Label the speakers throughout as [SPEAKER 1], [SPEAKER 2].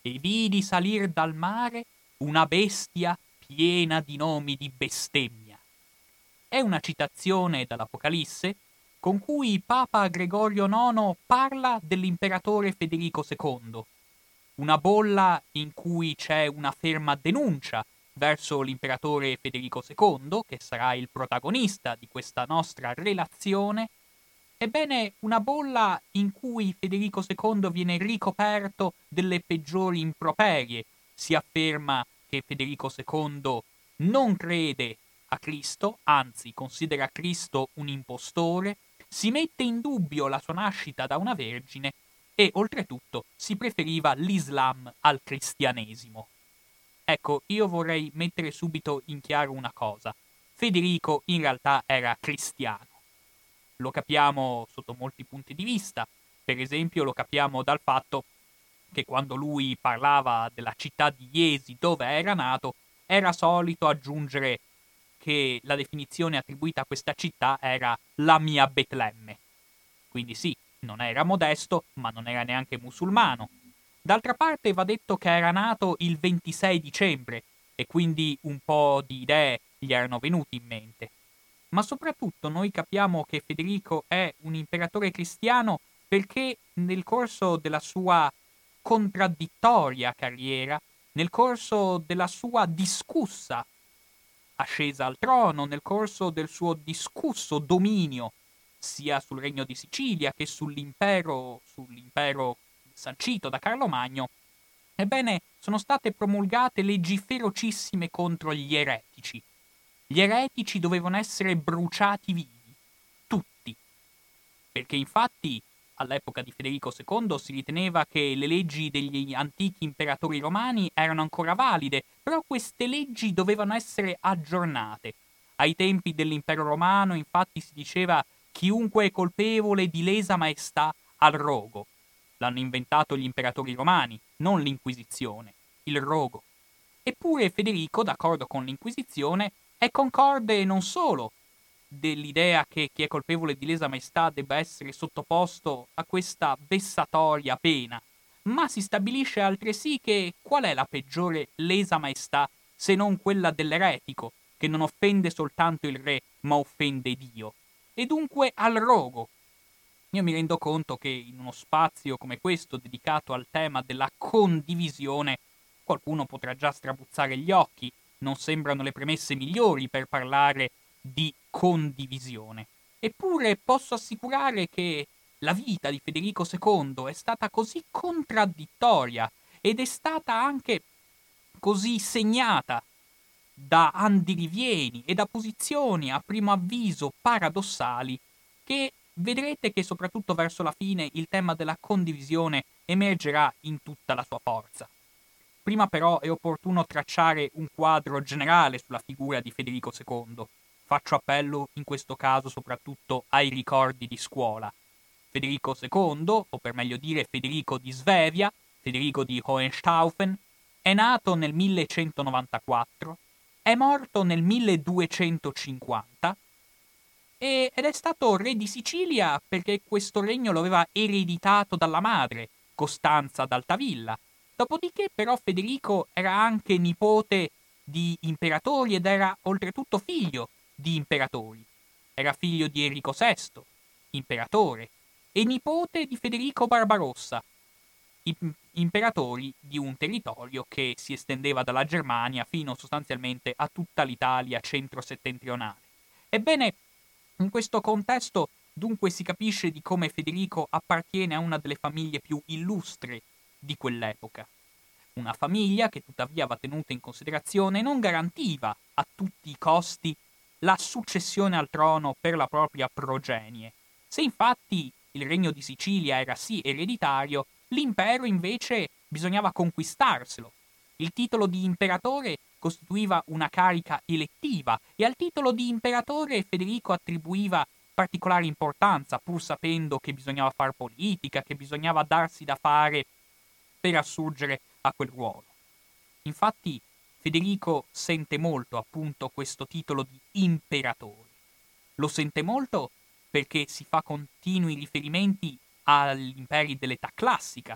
[SPEAKER 1] e vidi salir dal mare una bestia piena di nomi di bestemmia. È una citazione dall'Apocalisse con cui Papa Gregorio IX parla dell'imperatore Federico II, una bolla in cui c'è una ferma denuncia verso l'imperatore Federico II, che sarà il protagonista di questa nostra relazione. Ebbene, una bolla in cui Federico II viene ricoperto delle peggiori improperie. Si afferma che Federico II non crede a Cristo, anzi considera Cristo un impostore, si mette in dubbio la sua nascita da una vergine e oltretutto si preferiva l'Islam al cristianesimo. Ecco, io vorrei mettere subito in chiaro una cosa. Federico in realtà era cristiano. Lo capiamo sotto molti punti di vista. Per esempio lo capiamo dal fatto che quando lui parlava della città di Iesi dove era nato, era solito aggiungere che la definizione attribuita a questa città era la mia Betlemme. Quindi sì, non era modesto, ma non era neanche musulmano. D'altra parte va detto che era nato il 26 dicembre e quindi un po' di idee gli erano venuti in mente. Ma soprattutto noi capiamo che Federico è un imperatore cristiano perché nel corso della sua contraddittoria carriera, nel corso della sua discussa ascesa al trono, nel corso del suo discusso dominio sia sul regno di Sicilia che sull'impero sancito da Carlo Magno, ebbene sono state promulgate leggi ferocissime contro gli eretici. Gli eretici dovevano essere bruciati vivi, tutti, perché infatti all'epoca di Federico II si riteneva che le leggi degli antichi imperatori romani erano ancora valide, però queste leggi dovevano essere aggiornate. Ai tempi dell'impero romano infatti si diceva chiunque è colpevole di lesa maestà al rogo. L'hanno inventato gli imperatori romani, non l'Inquisizione, il rogo. Eppure Federico, d'accordo con l'Inquisizione, è concorde non solo dell'idea che chi è colpevole di lesa maestà debba essere sottoposto a questa vessatoria pena, ma si stabilisce altresì che qual è la peggiore lesa maestà se non quella dell'eretico, che non offende soltanto il re, ma offende Dio. E dunque al rogo. Io mi rendo conto che in uno spazio come questo dedicato al tema della condivisione qualcuno potrà già strabuzzare gli occhi, non sembrano le premesse migliori per parlare di condivisione. Eppure posso assicurare che la vita di Federico II è stata così contraddittoria ed è stata anche così segnata da andirivieni e da posizioni a primo avviso paradossali che vedrete che soprattutto verso la fine il tema della condivisione emergerà in tutta la sua forza. Prima però è opportuno tracciare un quadro generale sulla figura di Federico II. Faccio appello in questo caso soprattutto ai ricordi di scuola. Federico II, o per meglio dire Federico di Svevia, Federico di Hohenstaufen, è nato nel 1194, è morto nel 1250 ed è stato re di Sicilia perché questo regno lo aveva ereditato dalla madre, Costanza d'Altavilla. Dopodiché però Federico era anche nipote di imperatori ed era oltretutto figlio di imperatori. Era figlio di Enrico VI, imperatore, e nipote di Federico Barbarossa, imperatori di un territorio che si estendeva dalla Germania fino sostanzialmente a tutta l'Italia centro-settentrionale. Ebbene, in questo contesto dunque si capisce di come Federico appartiene a una delle famiglie più illustri di quell'epoca. Una famiglia che tuttavia va tenuta in considerazione non garantiva a tutti i costi la successione al trono per la propria progenie. Se infatti il regno di Sicilia era sì ereditario, l'impero invece bisognava conquistarselo. Il titolo di imperatore costituiva una carica elettiva e al titolo di imperatore Federico attribuiva particolare importanza, pur sapendo che bisognava far politica, che bisognava darsi da fare per assurgere a quel ruolo. Infatti Federico sente molto appunto questo titolo di imperatore. Lo sente molto perché si fa continui riferimenti agli imperi dell'età classica,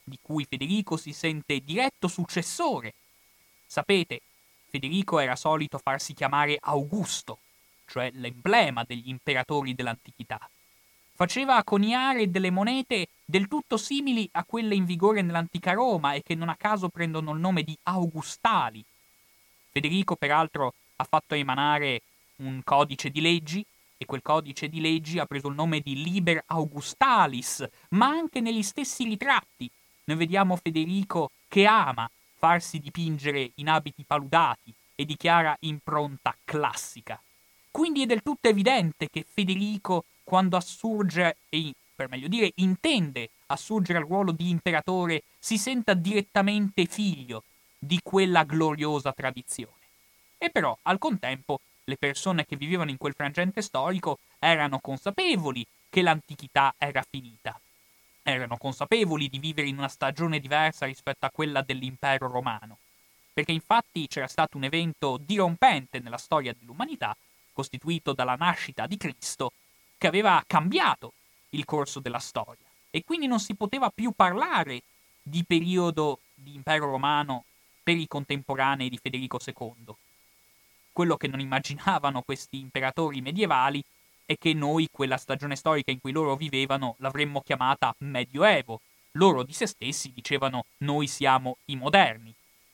[SPEAKER 1] di cui Federico si sente diretto successore. Sapete, Federico era solito farsi chiamare Augusto, cioè l'emblema degli imperatori dell'antichità. Faceva coniare delle monete del tutto simili a quelle in vigore nell'antica Roma e che non a caso prendono il nome di augustali. Federico, peraltro, ha fatto emanare un codice di leggi e quel codice di leggi ha preso il nome di Liber Augustalis, ma anche negli stessi ritratti noi vediamo Federico che ama farsi dipingere in abiti paludati e di chiara impronta classica. Quindi è del tutto evidente che Federico, quando assurge, e per meglio dire intende assurgere al ruolo di imperatore, si senta direttamente figlio di quella gloriosa tradizione. E però, al contempo, le persone che vivevano in quel frangente storico erano consapevoli che l'antichità era finita. Erano consapevoli di vivere in una stagione diversa rispetto a quella dell'impero romano, perché infatti c'era stato un evento dirompente nella storia dell'umanità, costituito dalla nascita di Cristo, che aveva cambiato il corso della storia. E quindi non si poteva più parlare di periodo di impero romano per i contemporanei di Federico II. Quello che non immaginavano questi imperatori medievali è che noi, quella stagione storica in cui loro vivevano, l'avremmo chiamata Medioevo. Loro di se stessi dicevano noi siamo i moderni.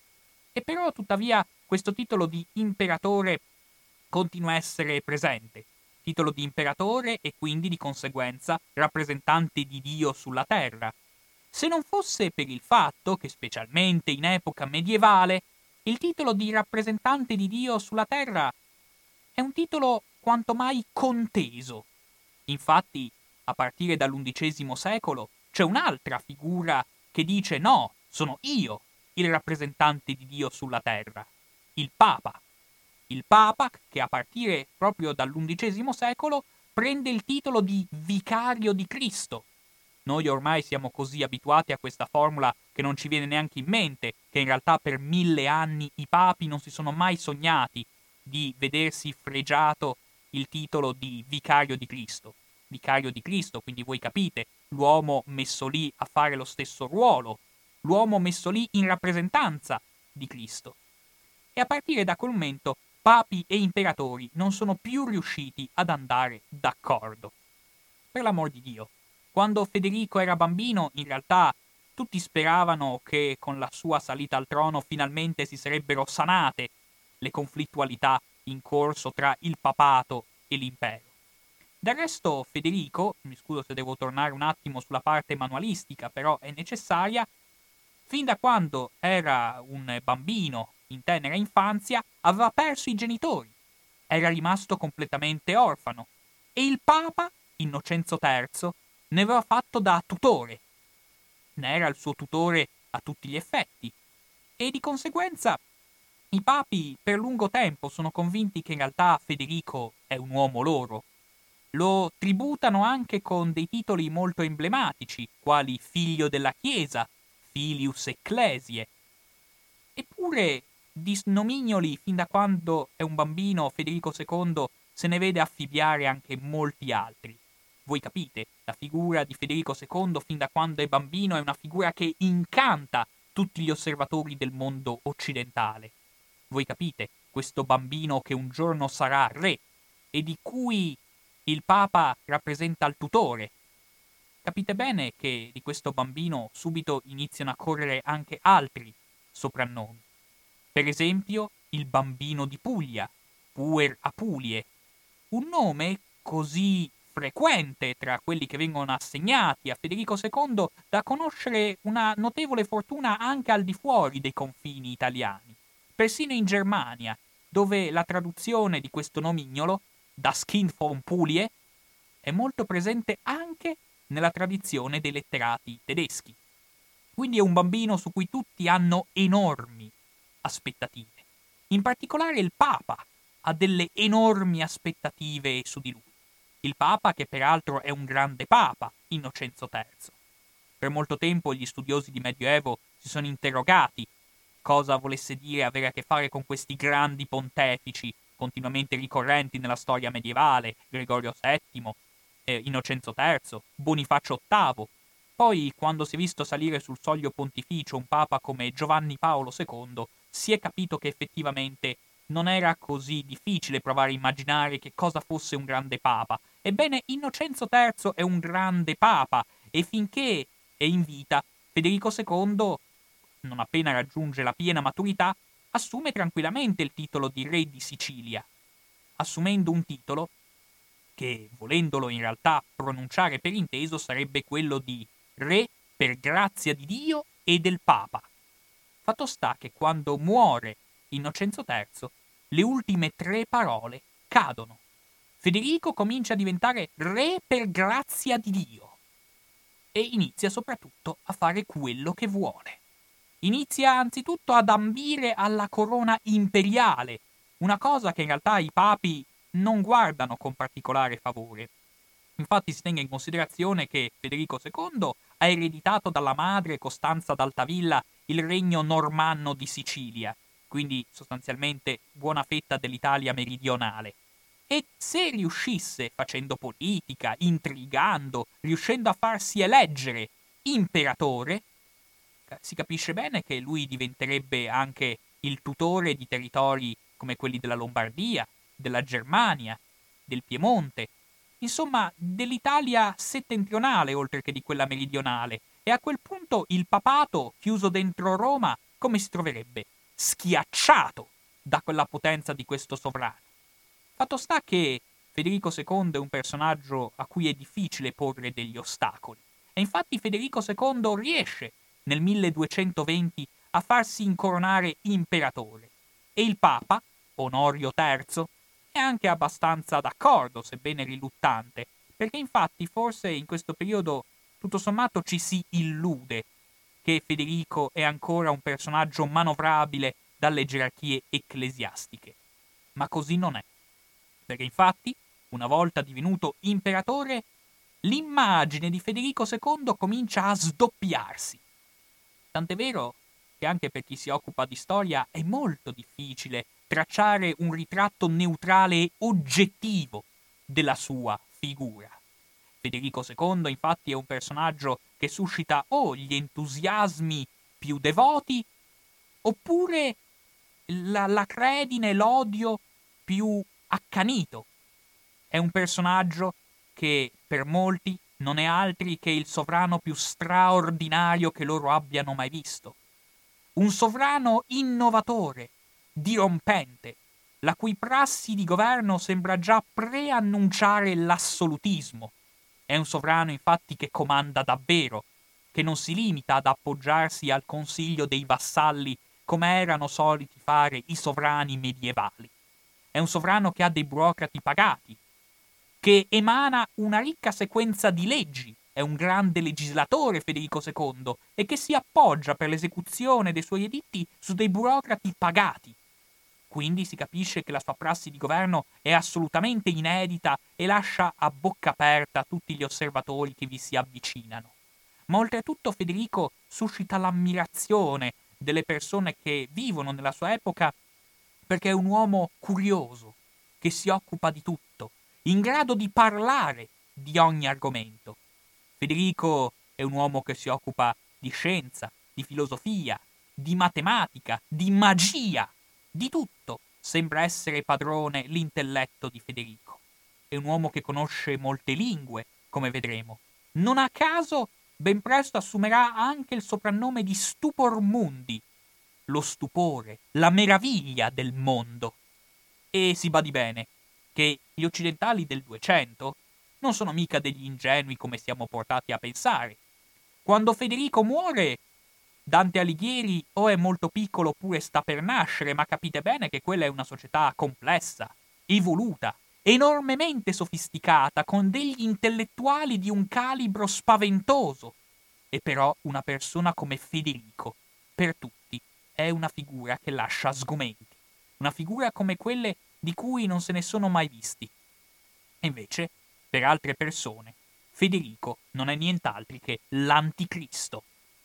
[SPEAKER 1] E però, tuttavia, questo titolo di imperatore continua a essere presente. Titolo di imperatore e quindi di conseguenza rappresentante di Dio sulla terra. Se non fosse per il fatto che, specialmente in epoca medievale, il titolo di rappresentante di Dio sulla terra è un titolo quanto mai conteso. Infatti, a partire dall'undicesimo secolo, c'è un'altra figura che dice no, sono io il rappresentante di Dio sulla terra, il Papa. Il Papa che a partire proprio dall'undicesimo secolo prende il titolo di vicario di Cristo. Noi ormai siamo così abituati a questa formula che non ci viene neanche in mente che in realtà per 1000 anni i papi non si sono mai sognati di vedersi fregiato il titolo di vicario di Cristo. Vicario di Cristo, quindi voi capite, l'uomo messo lì a fare lo stesso ruolo, l'uomo messo lì in rappresentanza di Cristo. E a partire da quel momento papi e imperatori non sono più riusciti ad andare d'accordo. Per l'amor di Dio. Quando Federico era bambino, in realtà tutti speravano che con la sua salita al trono finalmente si sarebbero sanate le conflittualità in corso tra il papato e l'impero. Del resto Federico, mi scuso se devo tornare un attimo sulla parte manualistica, però è necessaria, fin da quando era un bambino in tenera infanzia aveva perso i genitori, era rimasto completamente orfano e il Papa, Innocenzo III, ne aveva fatto da tutore. Ne era il suo tutore a tutti gli effetti. E di conseguenza i papi per lungo tempo sono convinti che in realtà Federico è un uomo loro. Lo tributano anche con dei titoli molto emblematici, quali figlio della Chiesa, filius ecclesiae. Eppure di nomignoli fin da quando è un bambino Federico II se ne vede affibbiare anche molti altri. Voi capite, la figura di Federico II fin da quando è bambino è una figura che incanta tutti gli osservatori del mondo occidentale. Voi capite, questo bambino che un giorno sarà re e di cui il Papa rappresenta il tutore. Capite bene che di questo bambino subito iniziano a correre anche altri soprannomi. Per esempio, il bambino di Puglia, Puer Apulie, un nome così frequente tra quelli che vengono assegnati a Federico II da conoscere una notevole fortuna anche al di fuori dei confini italiani, persino in Germania, dove la traduzione di questo nomignolo, Das Kind von Pulie, è molto presente anche nella tradizione dei letterati tedeschi. Quindi è un bambino su cui tutti hanno enormi aspettative. In particolare il Papa ha delle enormi aspettative su di lui. Il Papa, che peraltro è un grande Papa, Innocenzo III. Per molto tempo gli studiosi di Medioevo si sono interrogati cosa volesse dire avere a che fare con questi grandi pontefici continuamente ricorrenti nella storia medievale, Gregorio VII, Innocenzo III, Bonifacio VIII. Poi, quando si è visto salire sul soglio pontificio un papa come Giovanni Paolo II, si è capito che effettivamente non era così difficile provare a immaginare che cosa fosse un grande papa. Ebbene, Innocenzo III è un grande papa e finché è in vita, Federico II, non appena raggiunge la piena maturità, assume tranquillamente il titolo di re di Sicilia, assumendo un titolo che, volendolo in realtà pronunciare per inteso, sarebbe quello di re per grazia di Dio e del Papa. Fatto sta che quando muore Innocenzo III, le ultime 3 parole cadono. Federico comincia a diventare re per grazia di Dio e inizia soprattutto a fare quello che vuole. Inizia anzitutto ad ambire alla corona imperiale, una cosa che in realtà i papi non guardano con particolare favore. Infatti si tenga in considerazione che Federico II ha ereditato dalla madre Costanza d'Altavilla il regno normanno di Sicilia, quindi sostanzialmente buona fetta dell'Italia meridionale. E se riuscisse, facendo politica, intrigando, riuscendo a farsi eleggere imperatore, si capisce bene che lui diventerebbe anche il tutore di territori come quelli della Lombardia, della Germania, del Piemonte, insomma dell'Italia settentrionale oltre che di quella meridionale. E a quel punto il papato, chiuso dentro Roma, come si troverebbe? Schiacciato da quella potenza di questo sovrano. Fatto sta che Federico II è un personaggio a cui è difficile porre degli ostacoli. E infatti Federico II riesce nel 1220 a farsi incoronare imperatore. E il Papa, Onorio III, è anche abbastanza d'accordo, sebbene riluttante, perché infatti forse in questo periodo tutto sommato ci si illude che Federico è ancora un personaggio manovrabile dalle gerarchie ecclesiastiche. Ma così non è. Perché infatti, una volta divenuto imperatore, l'immagine di Federico II comincia a sdoppiarsi. Tant'è vero che anche per chi si occupa di storia è molto difficile tracciare un ritratto neutrale e oggettivo della sua figura. Federico II infatti è un personaggio che suscita o gli entusiasmi più devoti oppure la credine, l'odio più accanito. È un personaggio che per molti non è altri che il sovrano più straordinario che loro abbiano mai visto. Un sovrano innovatore, dirompente, la cui prassi di governo sembra già preannunciare l'assolutismo. È un sovrano infatti che comanda davvero, che non si limita ad appoggiarsi al consiglio dei vassalli come erano soliti fare i sovrani medievali. È un sovrano che ha dei burocrati pagati, che emana una ricca sequenza di leggi, è un grande legislatore Federico II e che si appoggia per l'esecuzione dei suoi editti su dei burocrati pagati. Quindi si capisce che la sua prassi di governo è assolutamente inedita e lascia a bocca aperta tutti gli osservatori che vi si avvicinano. Ma oltretutto Federico suscita l'ammirazione delle persone che vivono nella sua epoca perché è un uomo curioso, che si occupa di tutto, in grado di parlare di ogni argomento. Federico è un uomo che si occupa di scienza, di filosofia, di matematica, di magia, di tutto. Sembra essere padrone l'intelletto di Federico. È un uomo che conosce molte lingue, come vedremo. Non a caso, ben presto assumerà anche il soprannome di Stupor Mundi, lo stupore, la meraviglia del mondo. E si badi bene che gli occidentali del 200 non sono mica degli ingenui come siamo portati a pensare. Quando Federico muore, Dante Alighieri o è molto piccolo oppure sta per nascere, ma capite bene che quella è una società complessa, evoluta, enormemente sofisticata, con degli intellettuali di un calibro spaventoso. E però una persona come Federico, per tutti, è una figura che lascia sgomenti. Una figura come quelle di cui non se ne sono mai visti. E invece, per altre persone, Federico non è nient'altro che l'anticristo.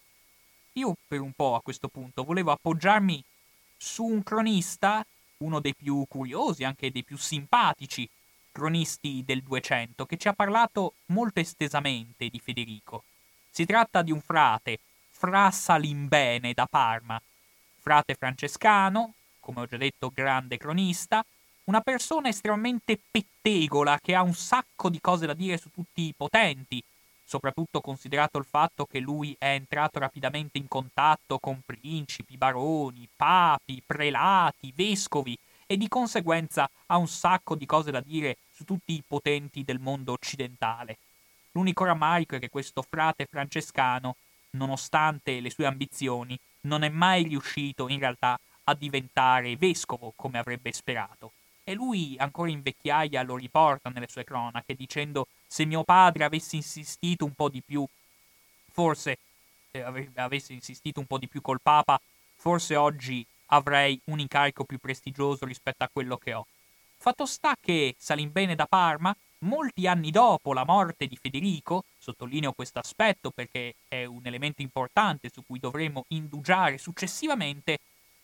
[SPEAKER 1] Io per un po' a questo punto volevo appoggiarmi su un cronista, uno dei più curiosi, anche dei più simpatici cronisti del 200, che ci ha parlato molto estesamente di Federico. Si tratta di un frate, Fra Salimbene da Parma, frate francescano, come ho già detto grande cronista, una persona estremamente pettegola che ha un sacco di cose da dire su tutti i potenti, soprattutto considerato il fatto che lui è entrato rapidamente in contatto con principi, baroni, papi, prelati, vescovi e di conseguenza ha un sacco di cose da dire su tutti i potenti del mondo occidentale. L'unico rammarico è che questo frate francescano, nonostante le sue ambizioni, non è mai riuscito in realtà a diventare vescovo come avrebbe sperato. E lui, ancora in vecchiaia, lo riporta nelle sue cronache dicendo: se mio padre avesse insistito un po' di più, forse avesse insistito un po' di più col Papa, forse oggi avrei un incarico più prestigioso rispetto a quello che ho. Fatto sta che Salimbene da Parma, molti anni dopo la morte di Federico, sottolineo questo aspetto perché è un elemento importante su cui dovremo indugiare successivamente,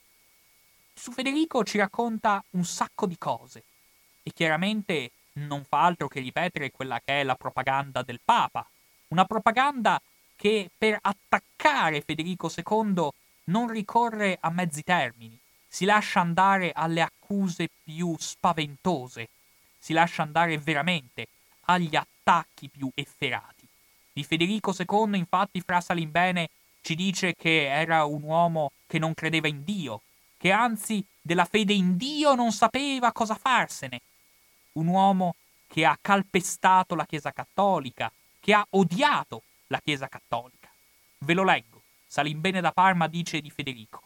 [SPEAKER 1] su Federico ci racconta un sacco di cose e chiaramente non fa altro che ripetere quella che è la propaganda del Papa, una propaganda che per attaccare Federico II non ricorre a mezzi termini, si lascia andare alle accuse più spaventose, si lascia andare veramente agli attacchi più efferati. Di Federico II, infatti, Fra Salimbene ci dice che era un uomo che non credeva in Dio, che anzi della fede in Dio non sapeva cosa farsene. Un uomo che ha calpestato la Chiesa Cattolica, che ha odiato la Chiesa Cattolica. Ve lo leggo. Salimbene da Parma dice di Federico: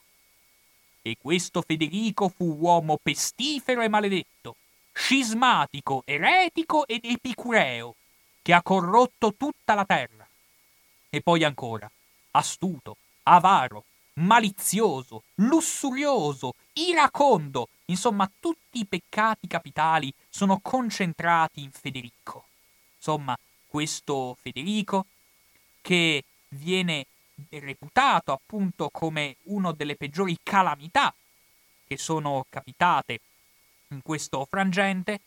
[SPEAKER 1] e questo Federico fu uomo pestifero e maledetto, scismatico, eretico ed epicureo, che ha corrotto tutta la terra. E poi ancora, astuto, avaro, malizioso, lussurioso, iracondo, insomma tutti i peccati capitali sono concentrati in Federico. Insomma, questo Federico che viene reputato appunto come una delle peggiori calamità che sono capitate in questo frangente,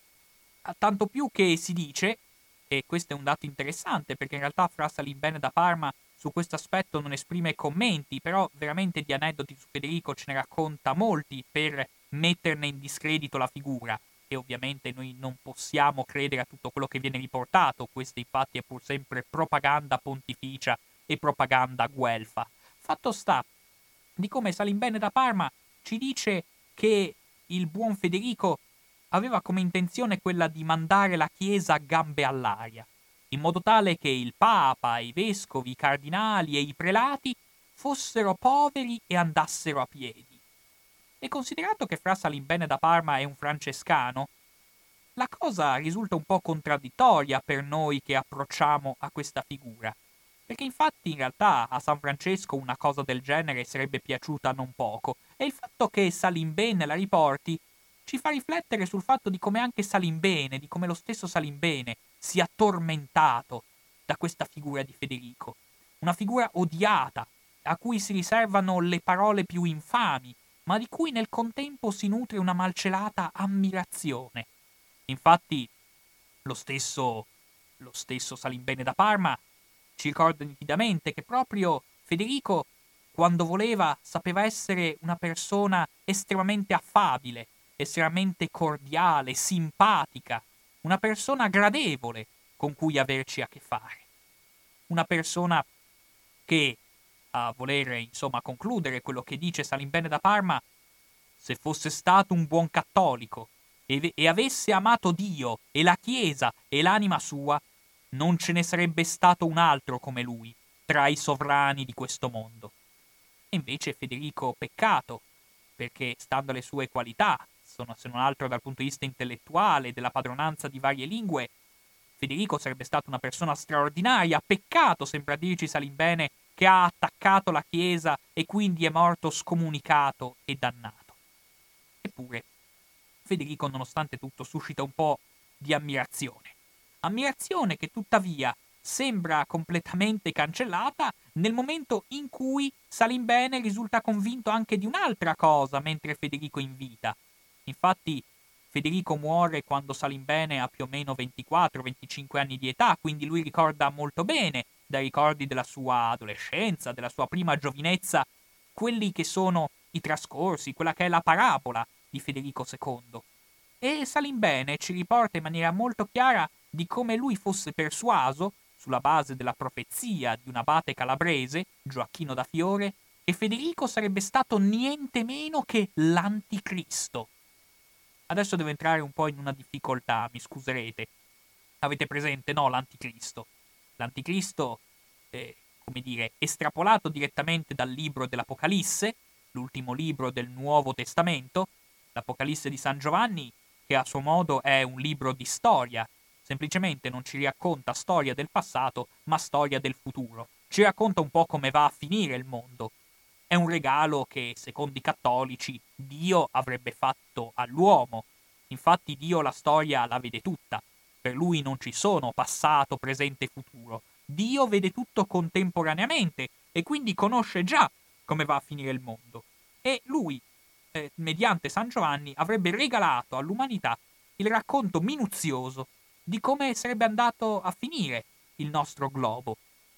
[SPEAKER 1] tanto più che si dice, e questo è un dato interessante perché in realtà Fra Salimbene da Parma su questo aspetto non esprime commenti, però veramente di aneddoti su Federico ce ne racconta molti per metterne in discredito la figura. E ovviamente noi non possiamo credere a tutto quello che viene riportato, questa infatti è pur sempre propaganda pontificia e propaganda guelfa. Fatto sta di come Salimbene da Parma ci dice che il buon Federico aveva come intenzione quella di mandare la Chiesa a gambe all'aria, in modo tale che il Papa, i vescovi, i cardinali e i prelati fossero poveri e andassero a piedi. E considerato che Fra Salimbene da Parma è un francescano, la cosa risulta un po' contraddittoria per noi che approcciamo a questa figura, perché infatti in realtà a San Francesco una cosa del genere sarebbe piaciuta non poco, e il fatto che Salimbene la riporti ci fa riflettere sul fatto di come anche Salimbene, di come lo stesso Salimbene sia tormentato da questa figura di Federico, una figura odiata, a cui si riservano le parole più infami, ma di cui nel contempo si nutre una malcelata ammirazione. Infatti, lo stesso Salimbene da Parma ci ricorda nitidamente che proprio Federico, quando voleva, sapeva essere una persona estremamente affabile, estremamente cordiale, simpatica, una persona gradevole con cui averci a che fare. Una persona che, a volere insomma concludere quello che dice Salimbene da Parma, se fosse stato un buon cattolico e avesse amato Dio e la Chiesa e l'anima sua, non ce ne sarebbe stato un altro come lui tra i sovrani di questo mondo. E invece Federico peccato, perché stando alle sue qualità, sono se non altro dal punto di vista intellettuale, della padronanza di varie lingue, Federico sarebbe stato una persona straordinaria, peccato, sembra dirci Salimbene, che ha attaccato la Chiesa e quindi è morto scomunicato e dannato. Eppure, Federico, nonostante tutto, suscita un po' di ammirazione. Ammirazione che tuttavia sembra completamente cancellata nel momento in cui Salimbene risulta convinto anche di un'altra cosa mentre Federico è in vita. Infatti, Federico muore quando Salimbene ha più o meno 24-25 anni di età, quindi lui ricorda molto bene dai ricordi della sua adolescenza, della sua prima giovinezza, quelli che sono i trascorsi, quella che è la parabola di Federico II. E Salimbene ci riporta in maniera molto chiara di come lui fosse persuaso, sulla base della profezia di un abate calabrese, Gioacchino da Fiore, che Federico sarebbe stato niente meno che l'anticristo. Adesso devo entrare un po' in una difficoltà, mi scuserete. Avete presente, no, l'anticristo? L'anticristo, come dire, estrapolato direttamente dal libro dell'Apocalisse, l'ultimo libro del Nuovo Testamento, l'Apocalisse di San Giovanni, che a suo modo è un libro di storia, semplicemente non ci racconta storia del passato, ma storia del futuro. Ci racconta un po' come va a finire il mondo. È un regalo che, secondo i cattolici, Dio avrebbe fatto all'uomo. Infatti Dio la storia la vede tutta. Per lui non ci sono passato, presente e futuro. Dio vede tutto contemporaneamente e quindi conosce già come va a finire il mondo. E lui, mediante San Giovanni, avrebbe regalato all'umanità il racconto minuzioso di come sarebbe andato a finire il nostro globo.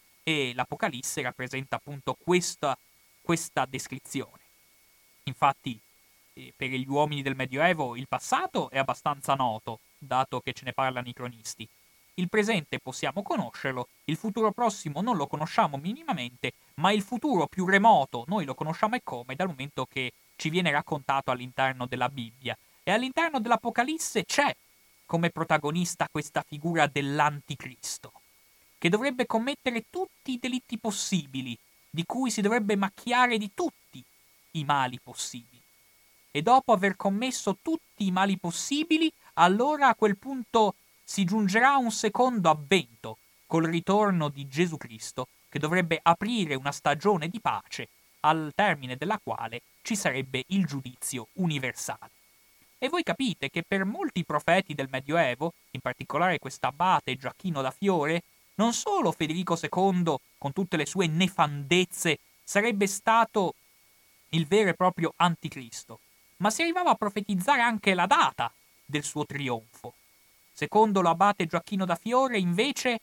[SPEAKER 1] E l'Apocalisse rappresenta appunto questa descrizione. Infatti, per gli uomini del Medioevo il passato è abbastanza noto, dato che ce ne parlano i cronisti. Il presente possiamo conoscerlo, il futuro prossimo non lo conosciamo minimamente, ma il futuro più remoto noi lo conosciamo e come, dal momento che ci viene raccontato all'interno della Bibbia. E all'interno dell'Apocalisse c'è come protagonista questa figura dell'anticristo, che dovrebbe commettere tutti i delitti possibili, di cui si dovrebbe macchiare di tutti i mali possibili. E dopo aver commesso tutti i mali possibili, allora a quel punto si giungerà a un secondo avvento, col ritorno di Gesù Cristo, che dovrebbe aprire una stagione di pace, al termine della quale ci sarebbe il giudizio universale. E voi capite che per molti profeti del Medioevo, in particolare quest'abate Gioacchino da Fiore, non solo Federico II, con tutte le sue nefandezze, sarebbe stato il vero e proprio anticristo, ma si arrivava a profetizzare anche la data del suo trionfo. Secondo l'abate Gioacchino da Fiore, invece,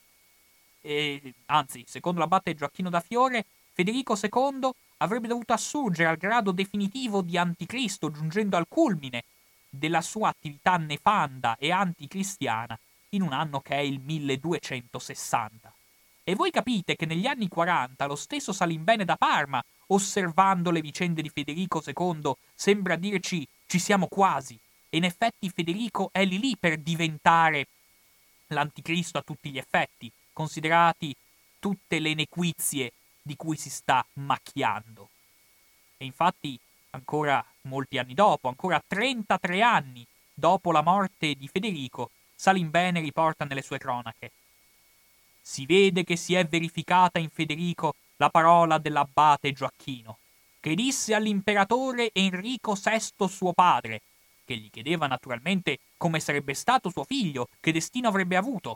[SPEAKER 1] secondo l'abate Gioacchino da Fiore, Federico II avrebbe dovuto assurgere al grado definitivo di anticristo, giungendo al culmine della sua attività nefanda e anticristiana in un anno che è il 1260. E voi capite che negli anni 40 lo stesso Salimbene da Parma, osservando le vicende di Federico II, sembra dirci ci siamo quasi. E in effetti Federico è lì per diventare l'anticristo a tutti gli effetti, considerati tutte le nequizie di cui si sta macchiando. E infatti, ancora molti anni dopo, ancora 33 anni dopo la morte di Federico, Salimbene riporta nelle sue cronache: si vede che si è verificata in Federico la parola dell'abate Gioacchino, che disse all'imperatore Enrico VI suo padre, che gli chiedeva naturalmente come sarebbe stato suo figlio, che destino avrebbe avuto.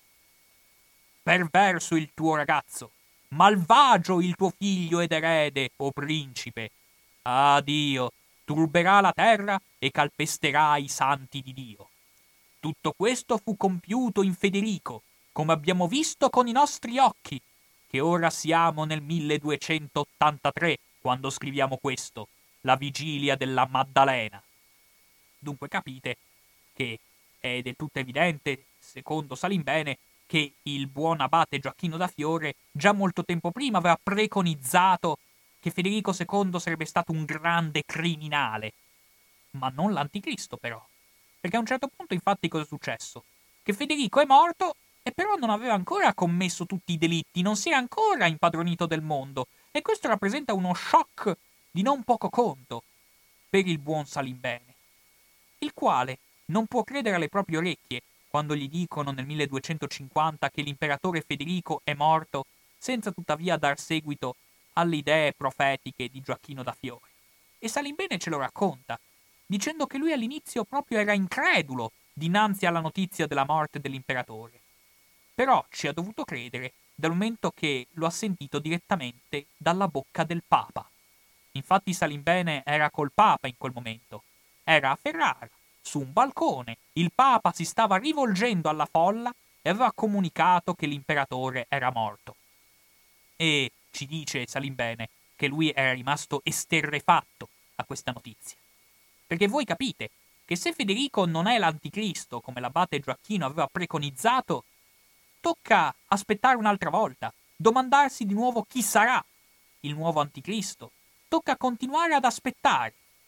[SPEAKER 1] Perverso il tuo ragazzo, malvagio il tuo figlio ed erede, o principe. Ah Dio, turberà la terra e calpesterà i santi di Dio. Tutto questo fu compiuto in Federico, come abbiamo visto con i nostri occhi, che ora siamo nel 1283, quando scriviamo questo, la vigilia della Maddalena. Dunque capite che è del tutto evidente, secondo Salimbene, che il buon abate Gioacchino da Fiore già molto tempo prima aveva preconizzato che Federico II sarebbe stato un grande criminale, ma non l'anticristo però. Perché a un certo punto infatti cosa è successo? Che Federico è morto e però non aveva ancora commesso tutti i delitti, non si era ancora impadronito del mondo, e questo rappresenta uno shock di non poco conto per il buon Salimbene, il quale non può credere alle proprie orecchie quando gli dicono nel 1250 che l'imperatore Federico è morto, senza tuttavia dar seguito alle idee profetiche di Gioacchino da Fiore. E Salimbene ce lo racconta, dicendo che lui all'inizio proprio era incredulo dinanzi alla notizia della morte dell'imperatore. Però ci ha dovuto credere dal momento che lo ha sentito direttamente dalla bocca del Papa. Infatti Salimbene era col Papa in quel momento. Era a Ferrara, su un balcone, il Papa si stava rivolgendo alla folla e aveva comunicato che l'imperatore era morto. E ci dice Salimbene che lui era rimasto esterrefatto a questa notizia. Perché voi capite che se Federico non è l'anticristo, come l'abate Gioacchino aveva preconizzato, tocca aspettare un'altra volta, domandarsi di nuovo chi sarà il nuovo anticristo. Tocca continuare ad aspettare.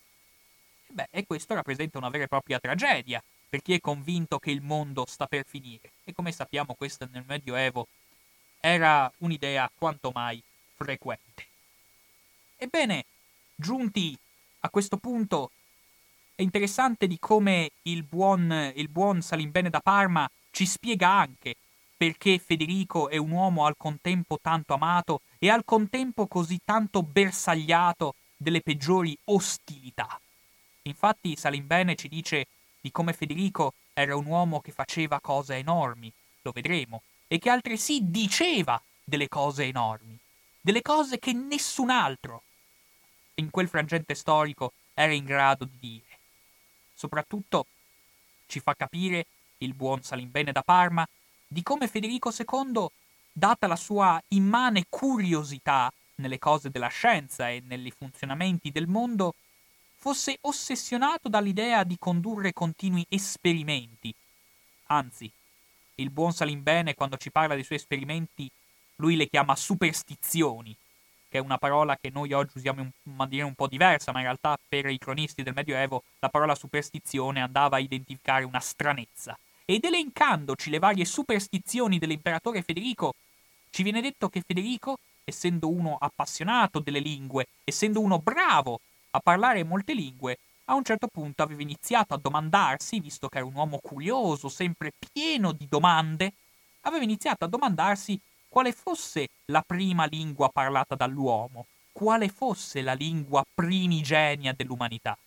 [SPEAKER 1] E questo rappresenta una vera e propria tragedia per chi è convinto che il mondo sta per finire. E come sappiamo, questa nel Medioevo era un'idea quanto mai frequente. Ebbene, giunti a questo punto, è interessante di come il buon Salimbene da Parma ci spiega anche perché Federico è un uomo al contempo tanto amato e al contempo così tanto bersagliato delle peggiori ostilità. Infatti Salimbene ci dice di come Federico era un uomo che faceva cose enormi, lo vedremo, e che altresì diceva delle cose enormi, delle cose che nessun altro in quel frangente storico era in grado di dire. Soprattutto ci fa capire il buon Salimbene da Parma di come Federico II, data la sua immane curiosità nelle cose della scienza e nei funzionamenti del mondo, fosse ossessionato dall'idea di condurre continui esperimenti. Anzi, il buon Salimbene, quando ci parla dei suoi esperimenti, lui le chiama superstizioni, che è una parola che noi oggi usiamo in maniera un po' diversa, ma in realtà per i cronisti del Medioevo la parola superstizione andava a identificare una stranezza. Ed elencandoci le varie superstizioni dell'imperatore Federico, ci viene detto che Federico, essendo uno appassionato delle lingue, essendo uno bravo a parlare molte lingue, a un certo punto aveva iniziato a domandarsi, visto che era un uomo curioso, sempre pieno di domande, aveva iniziato a domandarsi quale fosse la prima lingua parlata dall'uomo, quale fosse la lingua primigenia dell'umanità.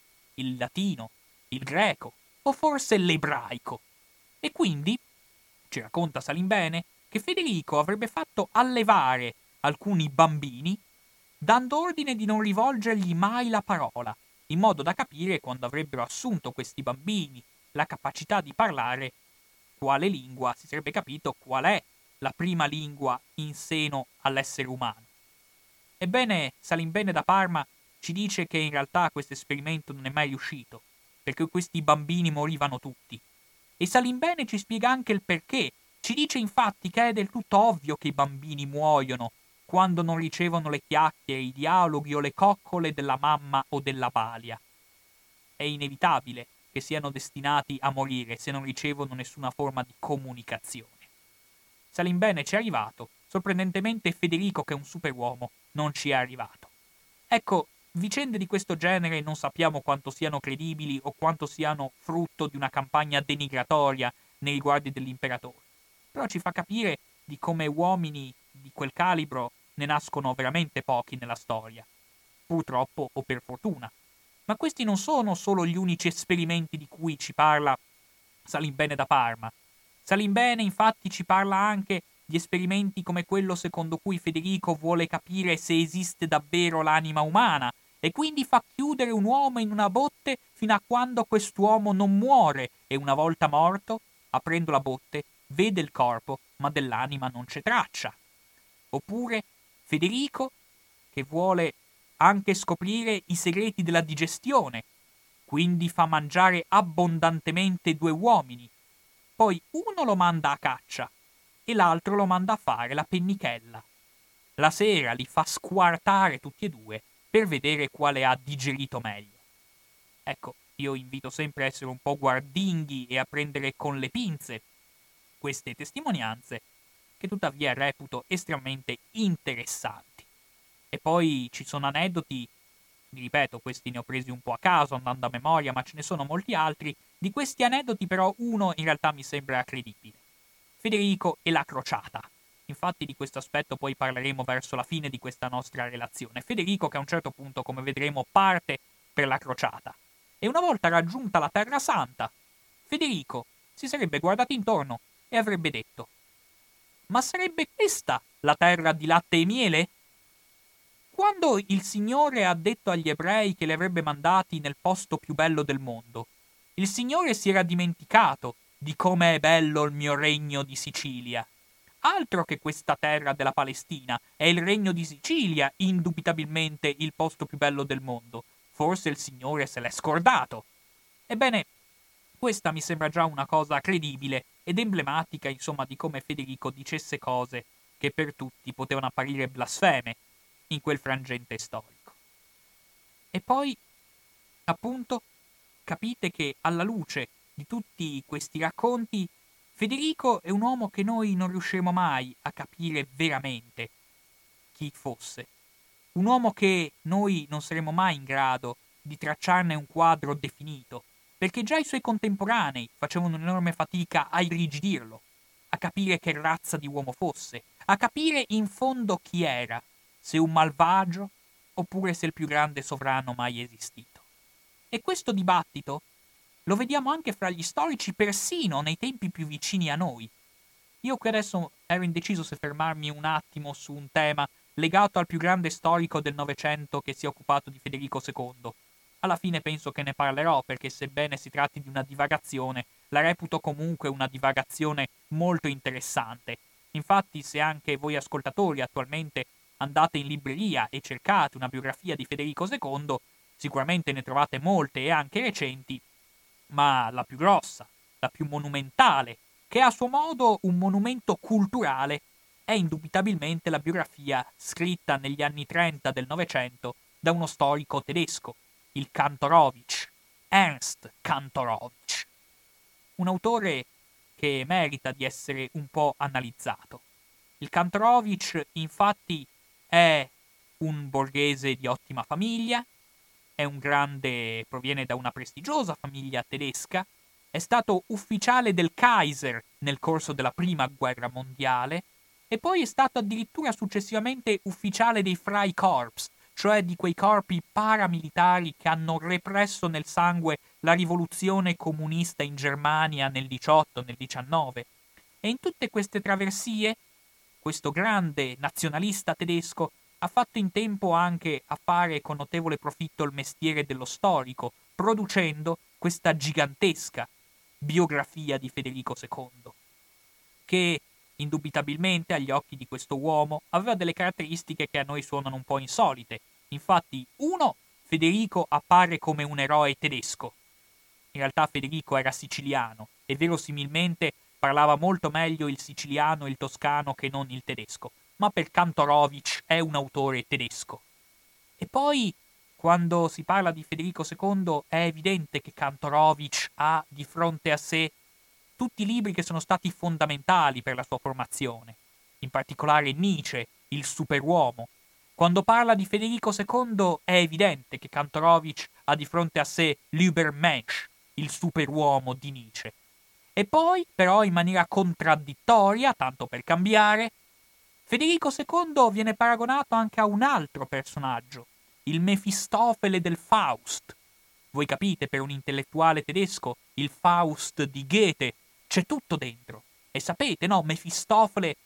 [SPEAKER 1] Il latino, il greco o forse l'ebraico. E quindi, ci racconta Salimbene, che Federico avrebbe fatto allevare alcuni bambini dando ordine di non rivolgergli mai la parola, in modo da capire, quando avrebbero assunto questi bambini la capacità di parlare, quale lingua, si sarebbe capito qual è la prima lingua in seno all'essere umano. Ebbene, Salimbene da Parma ci dice che in realtà questo esperimento non è mai riuscito, perché questi bambini morivano tutti. E Salimbene ci spiega anche il perché. Ci dice infatti che è del tutto ovvio che i bambini muoiono quando non ricevono le chiacchiere, i dialoghi o le coccole della mamma o della balia. È inevitabile che siano destinati a morire se non ricevono nessuna forma di comunicazione. Salimbene ci è arrivato, sorprendentemente Federico, che è un superuomo, non ci è arrivato. Ecco, vicende di questo genere non sappiamo quanto siano credibili o quanto siano frutto di una campagna denigratoria nei riguardi dell'imperatore. Però ci fa capire di come uomini di quel calibro ne nascono veramente pochi nella storia, purtroppo o per fortuna. Ma questi non sono solo gli unici esperimenti di cui ci parla Salimbene da Parma. Salimbene infatti ci parla anche di esperimenti come quello secondo cui Federico vuole capire se esiste davvero l'anima umana e quindi fa chiudere un uomo in una botte fino a quando quest'uomo non muore e una volta morto, aprendo la botte, vede il corpo ma dell'anima non c'è traccia. Oppure Federico che vuole anche scoprire i segreti della digestione, quindi fa mangiare abbondantemente 2 uomini, poi uno lo manda a caccia e l'altro lo manda a fare la pennichella. La sera li fa squartare tutti e 2 per vedere quale ha digerito meglio. Ecco, io invito sempre a essere un po' guardinghi e a prendere con le pinze queste testimonianze, che tuttavia reputo estremamente interessanti. E poi ci sono aneddoti, vi ripeto, questi ne ho presi un po' a caso, andando a memoria, ma ce ne sono molti altri. Di questi aneddoti però uno in realtà mi sembra credibile. Federico e la crociata. Infatti di questo aspetto poi parleremo verso la fine di questa nostra relazione. Federico che a un certo punto, come vedremo, parte per la crociata. E una volta raggiunta la Terra Santa, Federico si sarebbe guardato intorno e avrebbe detto: «Ma sarebbe questa la terra di latte e miele?» Quando il Signore ha detto agli ebrei che li avrebbe mandati nel posto più bello del mondo, il Signore si era dimenticato di come è bello il mio regno di Sicilia. altro che questa terra della Palestina, è il regno di Sicilia, indubitabilmente il posto più bello del mondo. Forse il Signore se l'è scordato. Ebbene, questa mi sembra già una cosa credibile ed emblematica, insomma, di come Federico dicesse cose che per tutti potevano apparire blasfeme in quel frangente storico. E poi, appunto, capite che alla luce di tutti questi racconti, Federico è un uomo che noi non riusciremo mai a capire veramente chi fosse. Un uomo che noi non saremo mai in grado di tracciarne un quadro definito, perché già i suoi contemporanei facevano un'enorme fatica a irrigidirlo, a capire che razza di uomo fosse, a capire in fondo chi era, se un malvagio oppure se il più grande sovrano mai esistito. E questo dibattito lo vediamo anche fra gli storici persino nei tempi più vicini a noi. Io qui adesso ero indeciso se fermarmi un attimo su un tema legato al più grande storico del Novecento che si è occupato di Federico II. Alla fine penso che ne parlerò perché sebbene si tratti di una divagazione, la reputo comunque una divagazione molto interessante. Infatti, se anche voi ascoltatori attualmente andate in libreria e cercate una biografia di Federico II, sicuramente ne trovate molte e anche recenti, ma la più grossa, la più monumentale, che è a suo modo un monumento culturale, è indubitabilmente la biografia scritta negli anni 30 del Novecento da uno storico tedesco, il Kantorowicz, Ernst Kantorowicz, un autore che merita di essere un po' analizzato. Il Kantorowicz, infatti, è un borghese di ottima famiglia, è un grande, proviene da una prestigiosa famiglia tedesca, è stato ufficiale del Kaiser nel corso della Prima Guerra Mondiale e poi è stato addirittura successivamente ufficiale dei Freikorps, cioè di quei corpi paramilitari che hanno represso nel sangue la rivoluzione comunista in Germania nel 18, nel 19. E in tutte queste traversie, questo grande nazionalista tedesco ha fatto in tempo anche a fare con notevole profitto il mestiere dello storico, producendo questa gigantesca biografia di Federico II, che indubitabilmente agli occhi di questo uomo aveva delle caratteristiche che a noi suonano un po' insolite. Infatti, uno, Federico appare come un eroe tedesco. In realtà Federico era siciliano e verosimilmente parlava molto meglio il siciliano e il toscano che non il tedesco, ma per Kantorowicz è un autore tedesco. E poi, quando si parla di Federico II, è evidente che Kantorowicz ha di fronte a sé tutti i libri che sono stati fondamentali per la sua formazione, in particolare Nietzsche, il superuomo. Quando parla di Federico II è evidente che Kantorowicz ha di fronte a sé l'Übermensch, il superuomo di Nietzsche. E poi, però, in maniera contraddittoria, tanto per cambiare, Federico II viene paragonato anche a un altro personaggio, il Mefistofele del Faust. Voi capite, per un intellettuale tedesco, il Faust di Goethe c'è tutto dentro. E sapete, no? Mefistofele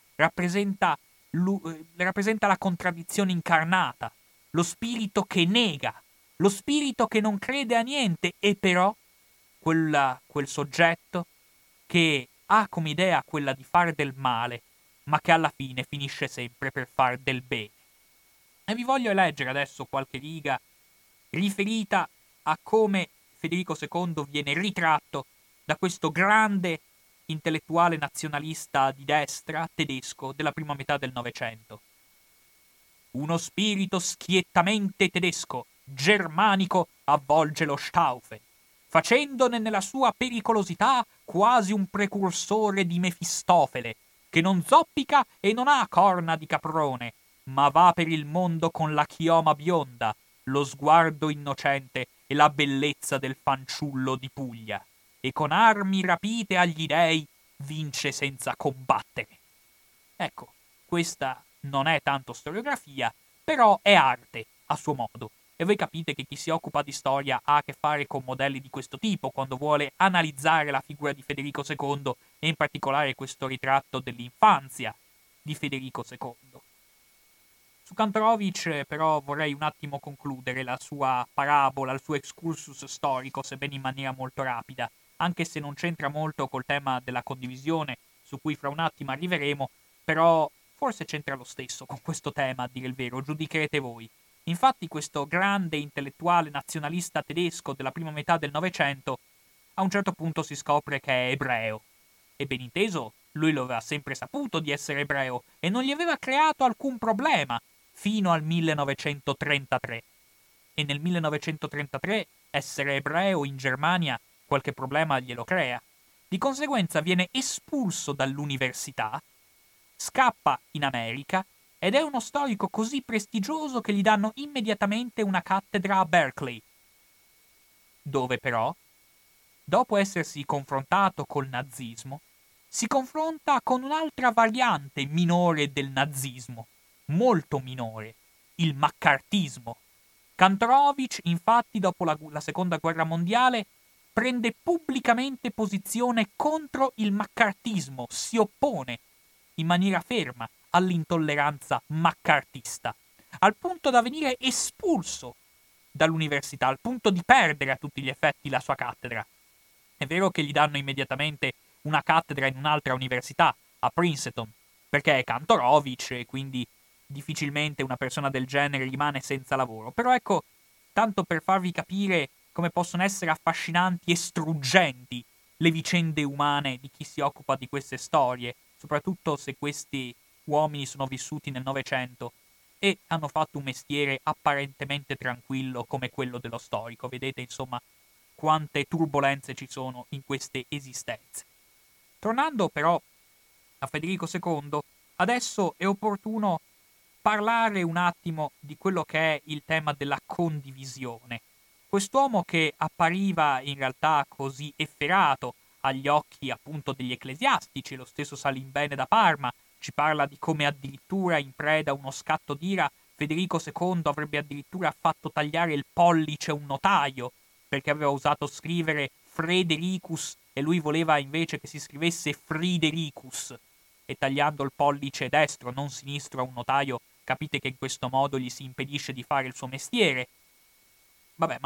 [SPEAKER 1] rappresenta la contraddizione incarnata, lo spirito che nega, lo spirito che non crede a niente, e però quel soggetto che ha come idea quella di fare del male, ma che alla fine finisce sempre per far del bene. E vi voglio leggere adesso qualche riga riferita a come Federico II viene ritratto da questo grande intellettuale nazionalista di destra tedesco della prima metà del Novecento. Uno spirito schiettamente tedesco, germanico, avvolge lo Staufen, facendone nella sua pericolosità quasi un precursore di Mefistofele, che non zoppica e non ha corna di caprone, ma va per il mondo con la chioma bionda, lo sguardo innocente e la bellezza del fanciullo di Puglia, e con armi rapite agli dei vince senza combattere. Ecco, questa non è tanto storiografia, però è arte, a suo modo. E voi capite che chi si occupa di storia ha a che fare con modelli di questo tipo quando vuole analizzare la figura di Federico II e in particolare questo ritratto dell'infanzia di Federico II. Su Kantorowicz però vorrei un attimo concludere la sua parabola, il suo excursus storico, sebbene in maniera molto rapida, anche se non c'entra molto col tema della condivisione, su cui fra un attimo arriveremo, però forse c'entra lo stesso con questo tema, a dire il vero, giudicherete voi. Infatti questo grande intellettuale nazionalista tedesco della prima metà del Novecento a un certo punto si scopre che è ebreo. E ben inteso, lui lo aveva sempre saputo di essere ebreo e non gli aveva creato alcun problema fino al 1933. E nel 1933 essere ebreo in Germania qualche problema glielo crea. Di conseguenza viene espulso dall'università, scappa in America ed è uno storico così prestigioso che gli danno immediatamente una cattedra a Berkeley, dove però, dopo essersi confrontato col nazismo, si confronta con un'altra variante minore del nazismo, molto minore, il maccartismo. Kantorowicz, infatti, dopo la seconda guerra mondiale, prende pubblicamente posizione contro il maccartismo, si oppone in maniera ferma all'intolleranza maccartista, al punto da venire espulso dall'università, al punto di perdere a tutti gli effetti la sua cattedra. È vero che gli danno immediatamente una cattedra in un'altra università, a Princeton, perché è Kantorowicz e quindi difficilmente una persona del genere rimane senza lavoro. Però ecco, tanto per farvi capire come possono essere affascinanti e struggenti le vicende umane di chi si occupa di queste storie, soprattutto se questi uomini sono vissuti nel Novecento e hanno fatto un mestiere apparentemente tranquillo come quello dello storico. Vedete, insomma, quante turbolenze ci sono in queste esistenze. Tornando però a Federico II, adesso è opportuno parlare un attimo di quello che è il tema della condivisione. Quest'uomo che appariva in realtà così efferato agli occhi appunto degli ecclesiastici, lo stesso Salimbene da Parma ci parla di come addirittura in preda a uno scatto d'ira Federico II avrebbe addirittura fatto tagliare il pollice a un notaio perché aveva osato scrivere Fredericus e lui voleva invece che si scrivesse Fridericus, e tagliando il pollice destro, non sinistro, a un notaio, capite che in questo modo gli si impedisce di fare il suo mestiere. Vabbè, ma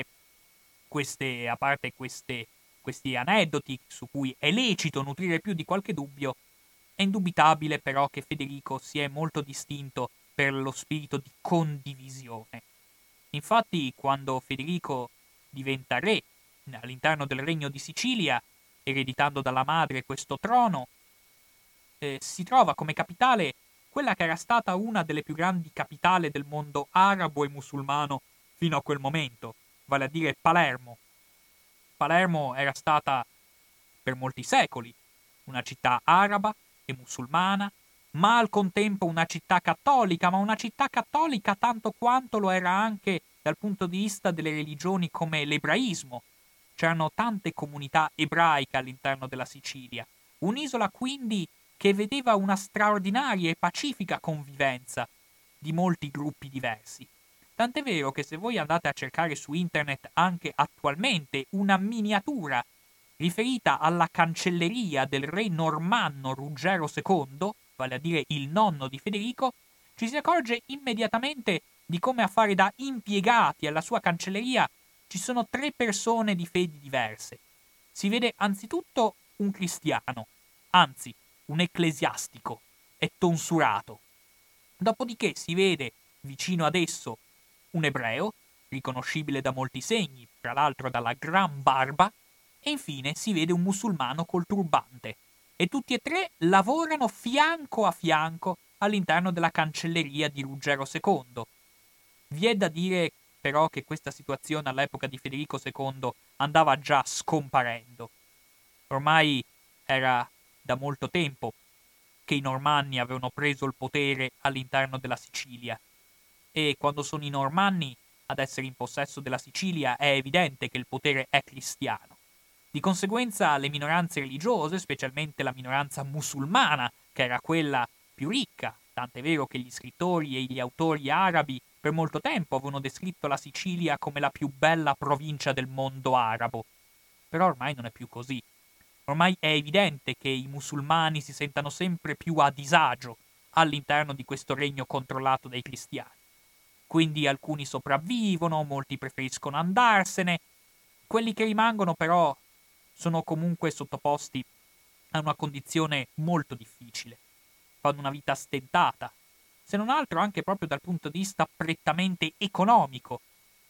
[SPEAKER 1] questi aneddoti su cui è lecito nutrire più di qualche dubbio, è indubitabile però che Federico si è molto distinto per lo spirito di condivisione. Infatti, quando Federico diventa re all'interno del regno di Sicilia, ereditando dalla madre questo trono, si trova come capitale quella che era stata una delle più grandi capitali del mondo arabo e musulmano fino a quel momento, vale a dire Palermo. Palermo era stata per molti secoli una città araba e musulmana, ma al contempo una città cattolica, ma una città cattolica tanto quanto lo era anche dal punto di vista delle religioni come l'ebraismo. C'erano tante comunità ebraiche all'interno della Sicilia, un'isola quindi che vedeva una straordinaria e pacifica convivenza di molti gruppi diversi. Tant'è vero che se voi andate a cercare su internet anche attualmente una miniatura riferita alla cancelleria del re normanno Ruggero II, vale a dire il nonno di Federico, ci si accorge immediatamente di come a fare da impiegati alla sua cancelleria ci sono 3 persone di fedi diverse. Si vede anzitutto un cristiano, anzi un ecclesiastico, è tonsurato. Dopodiché si vede vicino ad esso un ebreo, riconoscibile da molti segni, tra l'altro dalla gran barba, e infine si vede un musulmano col turbante. E tutti e 3 lavorano fianco a fianco all'interno della cancelleria di Ruggero II. Vi è da dire però che questa situazione all'epoca di Federico II andava già scomparendo. Ormai era da molto tempo che i Normanni avevano preso il potere all'interno della Sicilia, e quando sono i Normanni ad essere in possesso della Sicilia è evidente che il potere è cristiano. Di conseguenza le minoranze religiose, specialmente la minoranza musulmana, che era quella più ricca, tant'è vero che gli scrittori e gli autori arabi per molto tempo avevano descritto la Sicilia come la più bella provincia del mondo arabo. Però ormai non è più così. Ormai è evidente che i musulmani si sentano sempre più a disagio all'interno di questo regno controllato dai cristiani. Quindi alcuni sopravvivono, molti preferiscono andarsene, quelli che rimangono però sono comunque sottoposti a una condizione molto difficile. fanno una vita stentata, se non altro anche proprio dal punto di vista prettamente economico.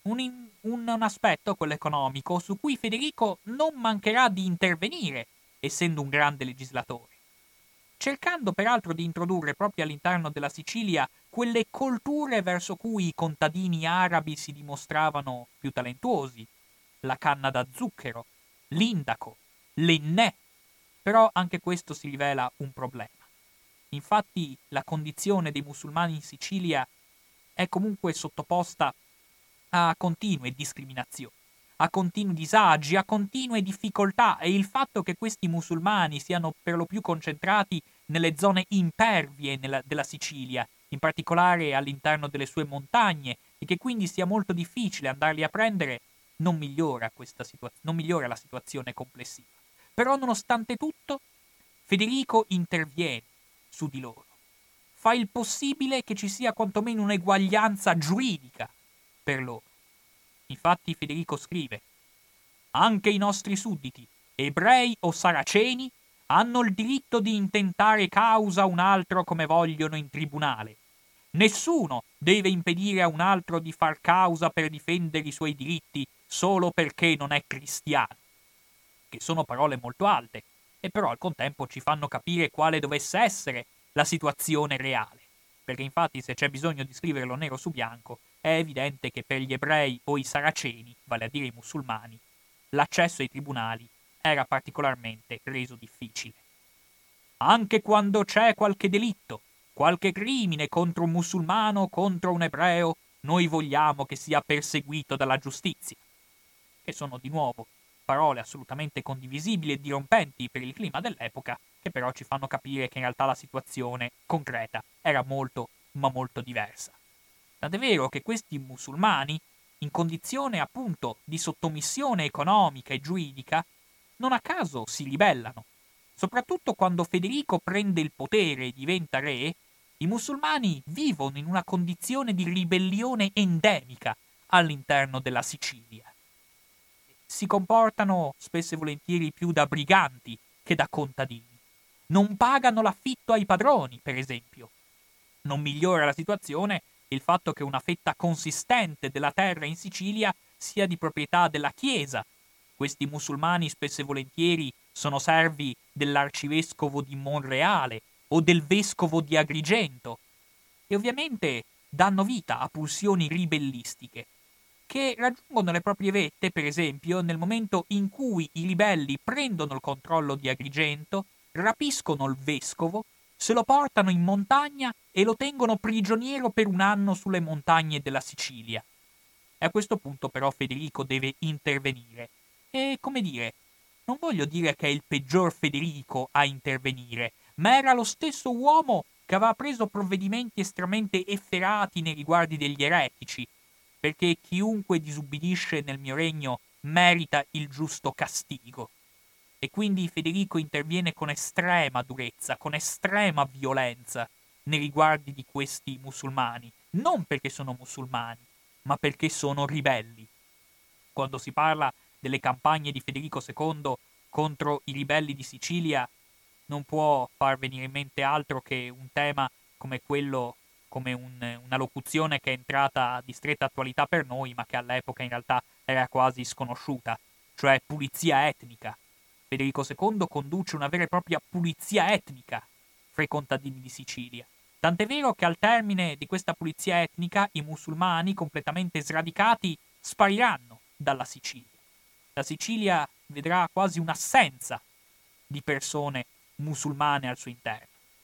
[SPEAKER 1] Un aspetto, quello economico, su cui Federico non mancherà di intervenire, essendo un grande legislatore, cercando peraltro di introdurre proprio all'interno della Sicilia quelle colture verso cui i contadini arabi si dimostravano più talentuosi: la canna da zucchero, l'indaco, l'ennè. Però anche questo si rivela un problema. Infatti la condizione dei musulmani in Sicilia è comunque sottoposta a continue discriminazioni, a continui disagi, a continue difficoltà, e il fatto che questi musulmani siano per lo più concentrati nelle zone impervie della Sicilia, in particolare all'interno delle sue montagne, e che quindi sia molto difficile andarli a prendere, non migliora non migliora la situazione complessiva. Però nonostante tutto, Federico interviene su di loro. Fa il possibile che ci sia quantomeno un'eguaglianza giuridica per loro. Infatti Federico scrive: anche i nostri sudditi, ebrei o saraceni, hanno il diritto di intentare causa a un altro come vogliono in tribunale. Nessuno deve impedire a un altro di far causa per difendere i suoi diritti solo perché non è cristiano. Che sono parole molto alte, e però al contempo ci fanno capire quale dovesse essere la situazione reale. Perché infatti, se c'è bisogno di scriverlo nero su bianco, è evidente che per gli ebrei o i saraceni, vale a dire i musulmani, l'accesso ai tribunali era particolarmente reso difficile. Anche quando c'è qualche delitto, qualche crimine contro un musulmano o contro un ebreo, noi vogliamo che sia perseguito dalla giustizia. Che sono di nuovo parole assolutamente condivisibili e dirompenti per il clima dell'epoca, che però ci fanno capire che in realtà la situazione concreta era molto, ma molto diversa. Tant'è vero che questi musulmani, in condizione appunto di sottomissione economica e giuridica, non a caso si ribellano. Soprattutto quando Federico prende il potere e diventa re, i musulmani vivono in una condizione di ribellione endemica all'interno della Sicilia. Si comportano spesso e volentieri più da briganti che da contadini. Non pagano l'affitto ai padroni, per esempio. Non migliora la situazione il fatto che una fetta consistente della terra in Sicilia sia di proprietà della Chiesa. Questi musulmani spesso e volentieri sono servi dell'arcivescovo di Monreale o del vescovo di Agrigento, e ovviamente danno vita a pulsioni ribellistiche che raggiungono le proprie vette, per esempio, nel momento in cui i ribelli prendono il controllo di Agrigento, rapiscono il vescovo, se lo portano in montagna e lo tengono prigioniero per un anno sulle montagne della Sicilia. E a questo punto però Federico deve intervenire. E, come dire, non voglio dire che è il peggior Federico a intervenire, ma era lo stesso uomo che aveva preso provvedimenti estremamente efferati nei riguardi degli eretici, perché chiunque disubbidisce nel mio regno merita il giusto castigo. E quindi Federico interviene con estrema durezza, con estrema violenza nei riguardi di questi musulmani, non perché sono musulmani, ma perché sono ribelli. Quando si parla delle campagne di Federico II contro i ribelli di Sicilia, non può far venire in mente altro che un tema come quello, come una locuzione che è entrata di stretta attualità per noi, ma che all'epoca in realtà era quasi sconosciuta, cioè pulizia etnica. Federico II conduce una vera e propria pulizia etnica fra i contadini di Sicilia. Tant'è vero che al termine di questa pulizia etnica i musulmani, completamente sradicati, spariranno dalla Sicilia. La Sicilia vedrà quasi un'assenza di persone musulmane al suo interno.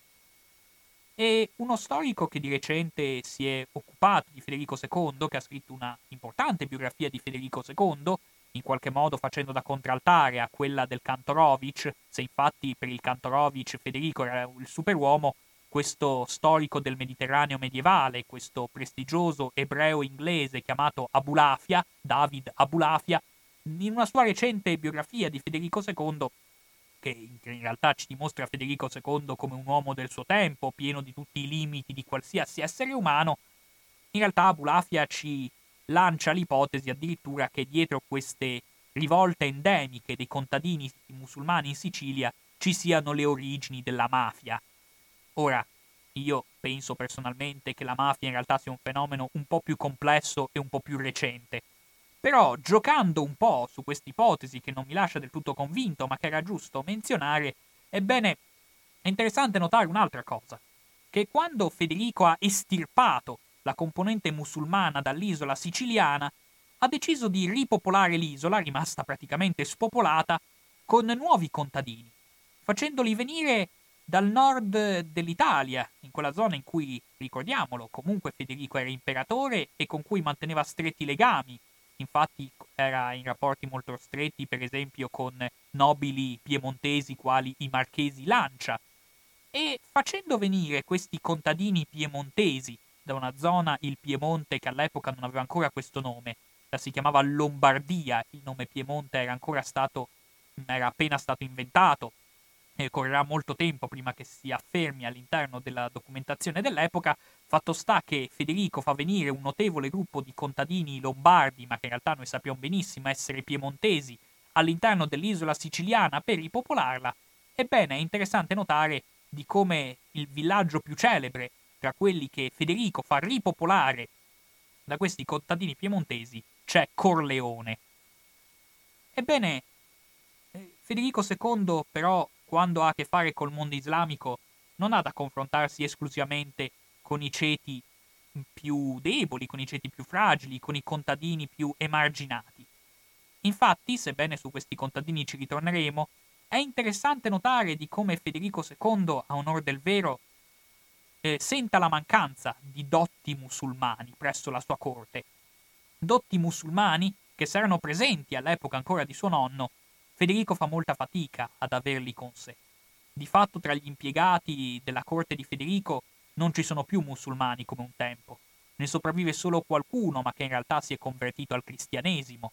[SPEAKER 1] E uno storico che di recente si è occupato di Federico II, che ha scritto una importante biografia di Federico II, in qualche modo facendo da contraltare a quella del Kantorowicz, se infatti per il Kantorowicz Federico era il superuomo, questo storico del Mediterraneo medievale, questo prestigioso ebreo inglese chiamato Abulafia, David Abulafia, in una sua recente biografia di Federico II, che in realtà ci dimostra Federico II come un uomo del suo tempo, pieno di tutti i limiti di qualsiasi essere umano, in realtà Abulafia ci lancia l'ipotesi addirittura che dietro queste rivolte endemiche dei contadini musulmani in Sicilia ci siano le origini della mafia. Ora, Io penso personalmente che la mafia in realtà sia un fenomeno un po' più complesso e un po' più recente. Però, giocando un po' su questa ipotesi che non mi lascia del tutto convinto, ma che era giusto menzionare, ebbene, è interessante notare un'altra cosa, che quando Federico ha estirpato la componente musulmana dall'isola siciliana, ha deciso di ripopolare l'isola, rimasta praticamente spopolata, con nuovi contadini, facendoli venire dal nord dell'Italia, in quella zona in cui, ricordiamolo, comunque Federico era imperatore e con cui manteneva stretti legami. Infatti era in rapporti molto stretti, per esempio, con nobili piemontesi quali i marchesi Lancia. E facendo venire questi contadini piemontesi da una zona, il Piemonte, che all'epoca non aveva ancora questo nome, si chiamava Lombardia, il nome Piemonte era appena stato inventato, e correrà molto tempo prima che si affermi all'interno della documentazione dell'epoca. Fatto sta che Federico fa venire un notevole gruppo di contadini lombardi, ma che in realtà noi sappiamo benissimo essere piemontesi, all'interno dell'isola siciliana per ripopolarla. Ebbene, è interessante notare di come il villaggio più celebre tra quelli che Federico fa ripopolare da questi contadini piemontesi c'è Corleone. Ebbene, Federico II però, quando ha a che fare col mondo islamico, non ha da confrontarsi esclusivamente con i ceti più deboli, con i ceti più fragili, con i contadini più emarginati. Infatti, sebbene su questi contadini ci ritorneremo, è interessante notare di come Federico II, a onor del vero, senta la mancanza di dotti musulmani presso la sua corte. Dotti musulmani che se erano presenti all'epoca ancora di suo nonno, Federico fa molta fatica ad averli con sé. Di fatto tra gli impiegati della corte di Federico non ci sono più musulmani come un tempo. Ne sopravvive solo qualcuno, ma che in realtà si è convertito al cristianesimo.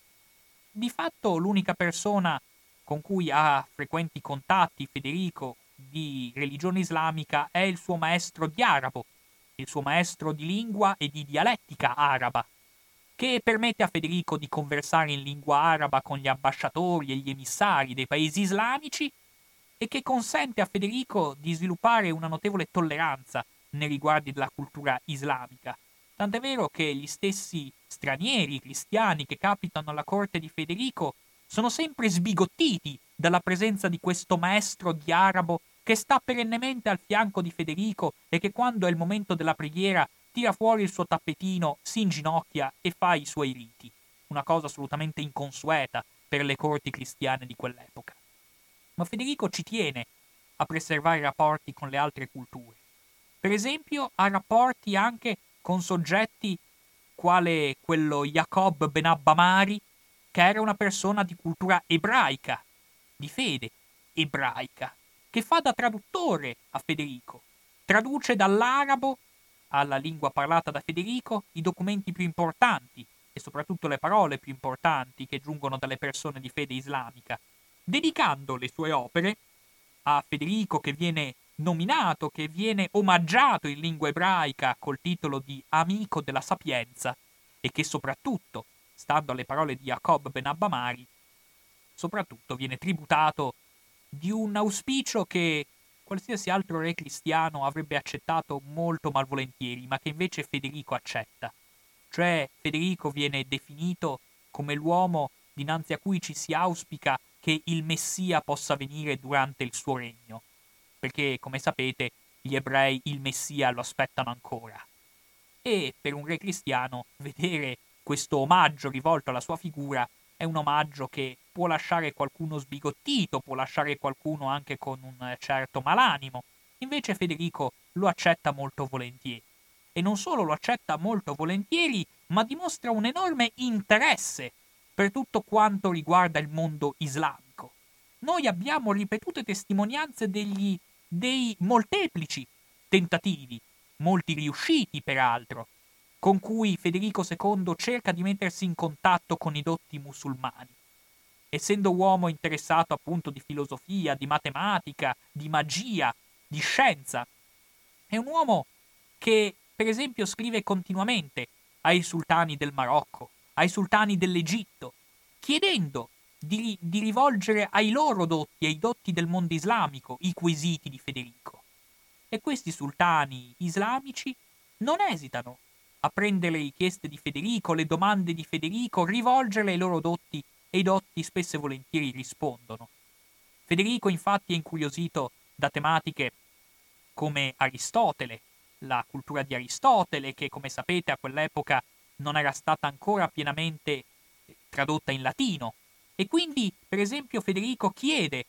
[SPEAKER 1] Di fatto l'unica persona con cui ha frequenti contatti Federico di religione islamica è il suo maestro di arabo, il suo maestro di lingua e di dialettica araba, che permette a Federico di conversare in lingua araba con gli ambasciatori e gli emissari dei paesi islamici e che consente a Federico di sviluppare una notevole tolleranza nei riguardi della cultura islamica. Tant'è vero che gli stessi stranieri cristiani che capitano alla corte di Federico sono sempre sbigottiti dalla presenza di questo maestro di arabo che sta perennemente al fianco di Federico e che quando è il momento della preghiera tira fuori il suo tappetino, si inginocchia e fa i suoi riti. Una cosa assolutamente inconsueta per le corti cristiane di quell'epoca. Ma Federico ci tiene a preservare i rapporti con le altre culture. Per esempio, ha rapporti anche con soggetti quale quello Jacob ben Abbamari, che era una persona di cultura ebraica, di fede ebraica, che fa da traduttore a Federico. Traduce dall'arabo alla lingua parlata da Federico i documenti più importanti e soprattutto le parole più importanti che giungono dalle persone di fede islamica, dedicando le sue opere a Federico, che viene nominato, che viene omaggiato in lingua ebraica col titolo di Amico della Sapienza e che soprattutto, stando alle parole di Jacob ben Abbamari, soprattutto viene tributato di un auspicio che qualsiasi altro re cristiano avrebbe accettato molto malvolentieri, ma che invece Federico accetta. Cioè Federico viene definito come l'uomo dinanzi a cui ci si auspica che il Messia possa venire durante il suo regno, perché, come sapete, gli ebrei il Messia lo aspettano ancora. E per un re cristiano vedere questo omaggio rivolto alla sua figura è un omaggio che può lasciare qualcuno sbigottito, può lasciare qualcuno anche con un certo malanimo. Invece Federico lo accetta molto volentieri. E non solo lo accetta molto volentieri, ma dimostra un enorme interesse per tutto quanto riguarda il mondo islamico. Noi abbiamo ripetute testimonianze dei molteplici tentativi, molti riusciti peraltro, con cui Federico II cerca di mettersi in contatto con i dotti musulmani. Essendo uomo interessato appunto di filosofia, di matematica, di magia, di scienza, è un uomo che, per esempio, scrive continuamente ai sultani del Marocco, ai sultani dell'Egitto, chiedendo di rivolgere ai loro dotti, ai dotti del mondo islamico, i quesiti di Federico. E questi sultani islamici non esitano a prendere le richieste di Federico, le domande di Federico, rivolgerle ai loro dotti, e i dotti spesso e volentieri rispondono. Federico infatti è incuriosito da tematiche come Aristotele, la cultura di Aristotele, che come sapete a quell'epoca non era stata ancora pienamente tradotta in latino. E quindi, per esempio, Federico chiede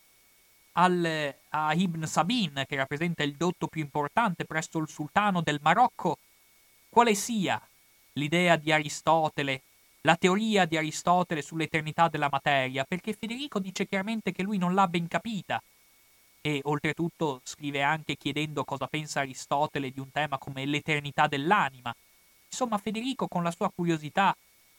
[SPEAKER 1] a Ibn Sabin, che rappresenta il dotto più importante presso il sultano del Marocco, quale sia l'idea di Aristotele, la teoria di Aristotele sull'eternità della materia, perché Federico dice chiaramente che lui non l'ha ben capita. E oltretutto scrive anche chiedendo cosa pensa Aristotele di un tema come l'eternità dell'anima. Insomma, Federico con la sua curiosità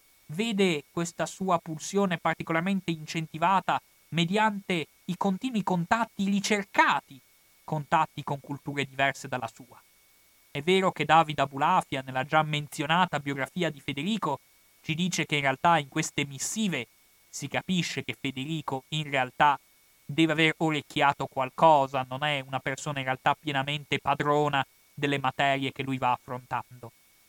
[SPEAKER 1] vede questa sua pulsione particolarmente incentivata mediante i continui contatti ricercati, contatti con culture diverse dalla sua. È vero che David Abulafia, nella già menzionata biografia di Federico, ci dice che in realtà in queste missive si capisce che Federico in realtà deve aver orecchiato qualcosa, non è una persona in realtà pienamente padrona delle materie che lui va affrontando.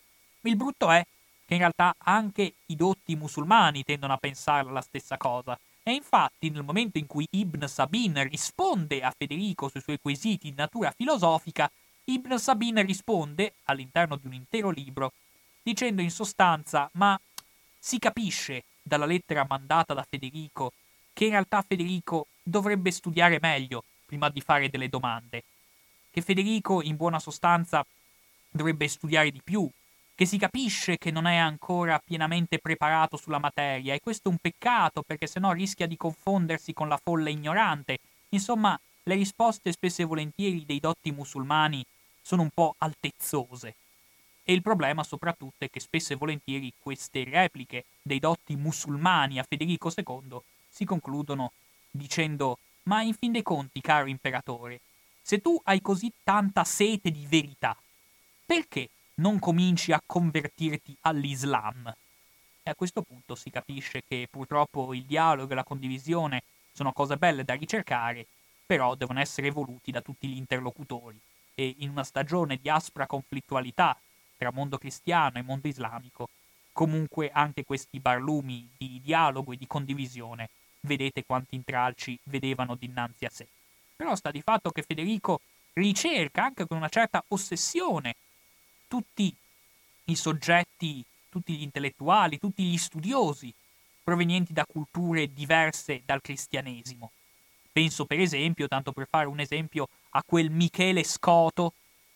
[SPEAKER 1] Il brutto è che in realtà anche i dotti musulmani tendono a pensare la stessa cosa. E infatti nel momento in cui Ibn Sabin risponde a Federico sui suoi quesiti di natura filosofica, Ibn Sabin risponde, all'interno di un intero libro, dicendo in sostanza: ma si capisce dalla lettera mandata da Federico che in realtà Federico dovrebbe studiare meglio prima di fare delle domande, che Federico in buona sostanza dovrebbe studiare di più, che si capisce che non è ancora pienamente preparato sulla materia, e questo è un peccato perché sennò rischia di confondersi con la folla ignorante. Insomma, le risposte spesso e volentieri dei dotti musulmani sono un po' altezzose. E il problema soprattutto è che spesso e volentieri queste repliche dei dotti musulmani a Federico II si concludono dicendo: ma in fin dei conti, caro imperatore, se tu hai così tanta sete di verità, perché non cominci a convertirti all'Islam? E a questo punto si capisce che purtroppo il dialogo e la condivisione sono cose belle da ricercare, però devono essere voluti da tutti gli interlocutori. E in una stagione di aspra conflittualità tra mondo cristiano e mondo islamico, comunque anche questi barlumi di dialogo e di condivisione, vedete quanti intralci vedevano dinanzi a sé. Però sta di fatto che Federico ricerca anche con una certa ossessione tutti i soggetti, tutti gli intellettuali, tutti gli studiosi provenienti da culture diverse dal cristianesimo. Penso per esempio, tanto per fare un esempio, a quel Michele Scoto,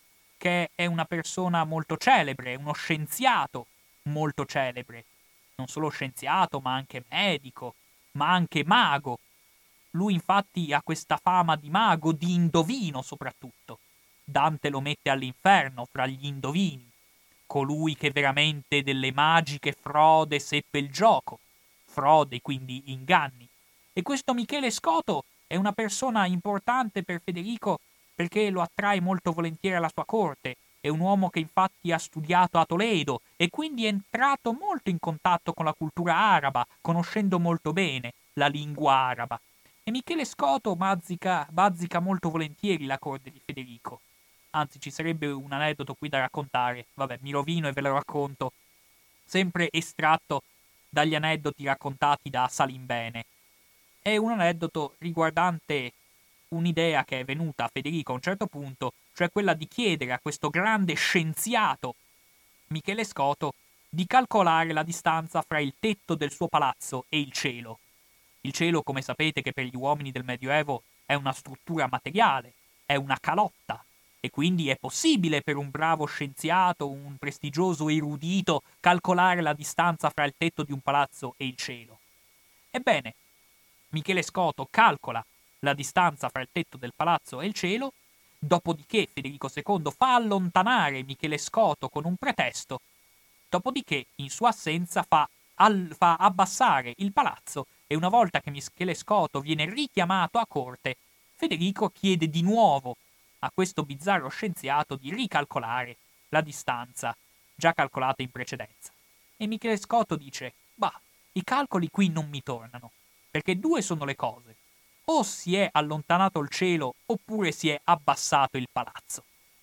[SPEAKER 1] che è una persona molto celebre, uno scienziato molto celebre, non solo scienziato, ma anche medico, ma anche mago. Lui infatti ha questa fama di mago, di indovino soprattutto. Dante lo mette all'inferno fra gli indovini, colui che veramente delle magiche frode seppe il gioco, frode quindi inganni. E questo Michele Scoto è una persona importante per Federico perché lo attrae molto volentieri alla sua corte. È un uomo che infatti ha studiato a Toledo e quindi è entrato molto in contatto con la cultura araba, conoscendo molto bene la lingua araba. E Michele Scoto bazzica molto volentieri la corte di Federico. Anzi, ci sarebbe un aneddoto qui da raccontare. Vabbè, mi rovino e ve lo racconto. Sempre estratto dagli aneddoti raccontati da Salimbene. È un aneddoto riguardante un'idea che è venuta a Federico a un certo punto, cioè quella di chiedere a questo grande scienziato, Michele Scoto, di calcolare la distanza fra il tetto del suo palazzo e il cielo. Il cielo, come sapete, che per gli uomini del Medioevo è una struttura materiale, è una calotta, e quindi è possibile per un bravo scienziato, un prestigioso erudito, calcolare la distanza fra il tetto di un palazzo e il cielo. Ebbene, Michele Scoto calcola la distanza fra il tetto del palazzo e il cielo, dopodiché Federico II fa allontanare Michele Scoto con un pretesto, dopodiché in sua assenza fa abbassare il palazzo, e una volta che Michele Scoto viene richiamato a corte, Federico chiede di nuovo a questo bizzarro scienziato di ricalcolare la distanza già calcolata in precedenza. E Michele Scoto dice: bah, i calcoli qui non mi tornano, perché due sono le cose: o si è allontanato il cielo oppure si è abbassato il palazzo.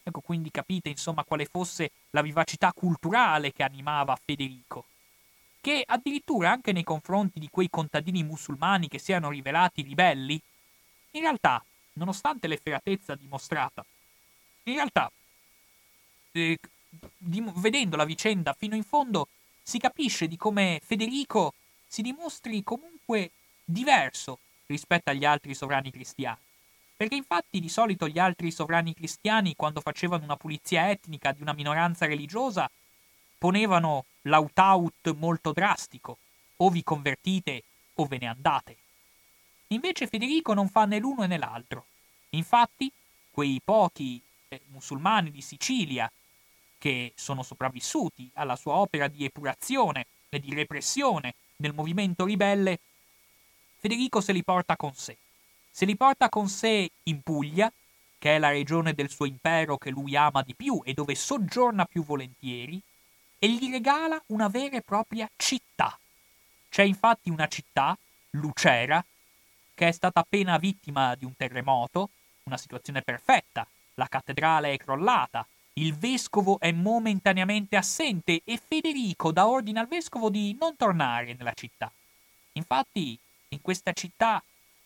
[SPEAKER 1] Ecco, quindi capite insomma quale fosse la vivacità culturale che animava Federico, che addirittura anche nei confronti di quei contadini musulmani che si erano rivelati ribelli, in realtà, nonostante l'efferatezza dimostrata, in realtà, eh, vedendo la vicenda fino in fondo, si capisce di come Federico si dimostri comunque diverso rispetto agli altri sovrani cristiani. Perché infatti di solito gli altri sovrani cristiani, quando facevano una pulizia etnica di una minoranza religiosa, ponevano l'aut-out molto drastico: o vi convertite o ve ne andate. Invece Federico non fa né l'uno né l'altro. Infatti, quei pochi musulmani di Sicilia che sono sopravvissuti alla sua opera di epurazione e di repressione del movimento ribelle, Federico se li porta con sé. Se li porta con sé in Puglia, che è la regione del suo impero che lui ama di più e dove soggiorna più volentieri, e gli regala una vera e propria città. C'è infatti una città, Lucera, che è stata appena vittima di un terremoto, una situazione perfetta. La cattedrale è crollata, il vescovo è momentaneamente assente e Federico dà ordine al vescovo di non tornare nella città. Infatti, in questa città